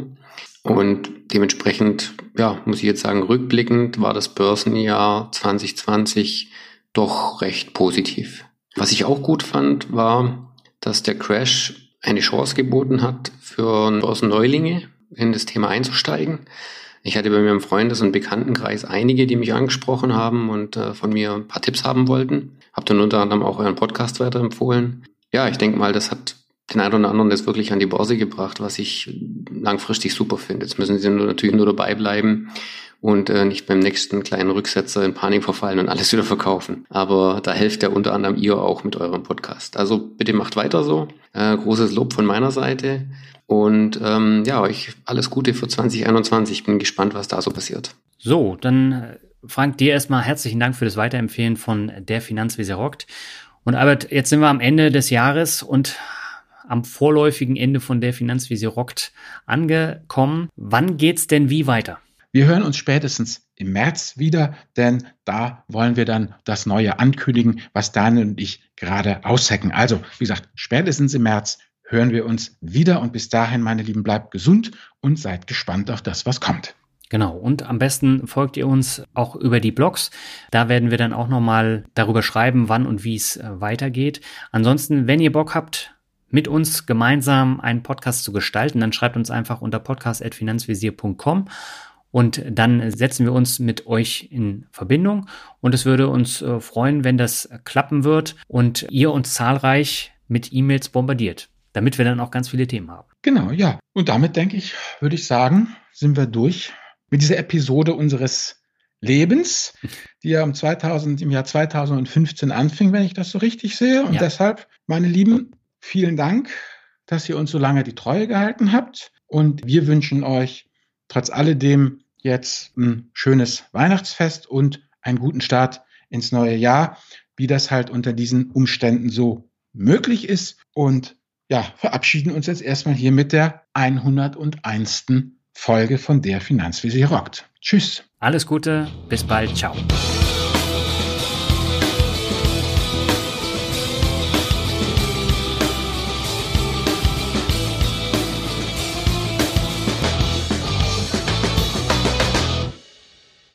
Und dementsprechend, ja, muss ich jetzt sagen, rückblickend war das Börsenjahr zwanzig zwanzig doch recht positiv. Was ich auch gut fand, war, dass der Crash eine Chance geboten hat, für Börsenneulinge in das Thema einzusteigen. Ich hatte bei mir im Freundes- und Bekanntenkreis einige, die mich angesprochen haben und äh, von mir ein paar Tipps haben wollten. Habe dann unter anderem auch euren Podcast weiterempfohlen. Ja, ich denke mal, das hat den einen oder anderen das wirklich an die Börse gebracht, was ich langfristig super finde. Jetzt müssen sie nur, natürlich nur dabei bleiben und äh, nicht beim nächsten kleinen Rücksetzer in Panik verfallen und alles wieder verkaufen. Aber da helft ja unter anderem ihr auch mit eurem Podcast. Also bitte macht weiter so. Äh, großes Lob von meiner Seite. Und ähm, ja, euch alles Gute für zwanzig einundzwanzig. Ich bin gespannt, was da so passiert. So, dann Frank, dir erstmal herzlichen Dank für das Weiterempfehlen von der Finanzvisier Rockt. Und Albert, jetzt sind wir am Ende des Jahres und am vorläufigen Ende von der Finanzvisier Rockt angekommen. Wann geht's denn wie weiter? Wir hören uns spätestens im März wieder, denn da wollen wir dann das Neue ankündigen, was Daniel und ich gerade aushacken. Also, wie gesagt, spätestens im März hören wir uns wieder und bis dahin, meine Lieben, bleibt gesund und seid gespannt auf das, was kommt. Genau, und am besten folgt ihr uns auch über die Blogs. Da werden wir dann auch nochmal darüber schreiben, wann und wie es weitergeht. Ansonsten, wenn ihr Bock habt, mit uns gemeinsam einen Podcast zu gestalten, dann schreibt uns einfach unter podcast at finanzvisier punkt com und dann setzen wir uns mit euch in Verbindung und es würde uns äh, freuen, wenn das klappen wird und ihr uns zahlreich mit E-Mails bombardiert, damit wir dann auch ganz viele Themen haben. Genau, ja. Und damit, denke ich, würde ich sagen, sind wir durch mit dieser Episode unseres Lebens, die ja um zweitausend, im Jahr zweitausendfünfzehn anfing, wenn ich das so richtig sehe. Und ja. deshalb, meine Lieben, vielen Dank, dass ihr uns so lange die Treue gehalten habt. Und wir wünschen euch trotz alledem jetzt ein schönes Weihnachtsfest und einen guten Start ins neue Jahr, wie das halt unter diesen Umständen so möglich ist. Und ja, verabschieden uns jetzt erstmal hier mit der hundertundeinsten Folge von Der Finanzvisier rockt. Tschüss. Alles Gute, bis bald, ciao.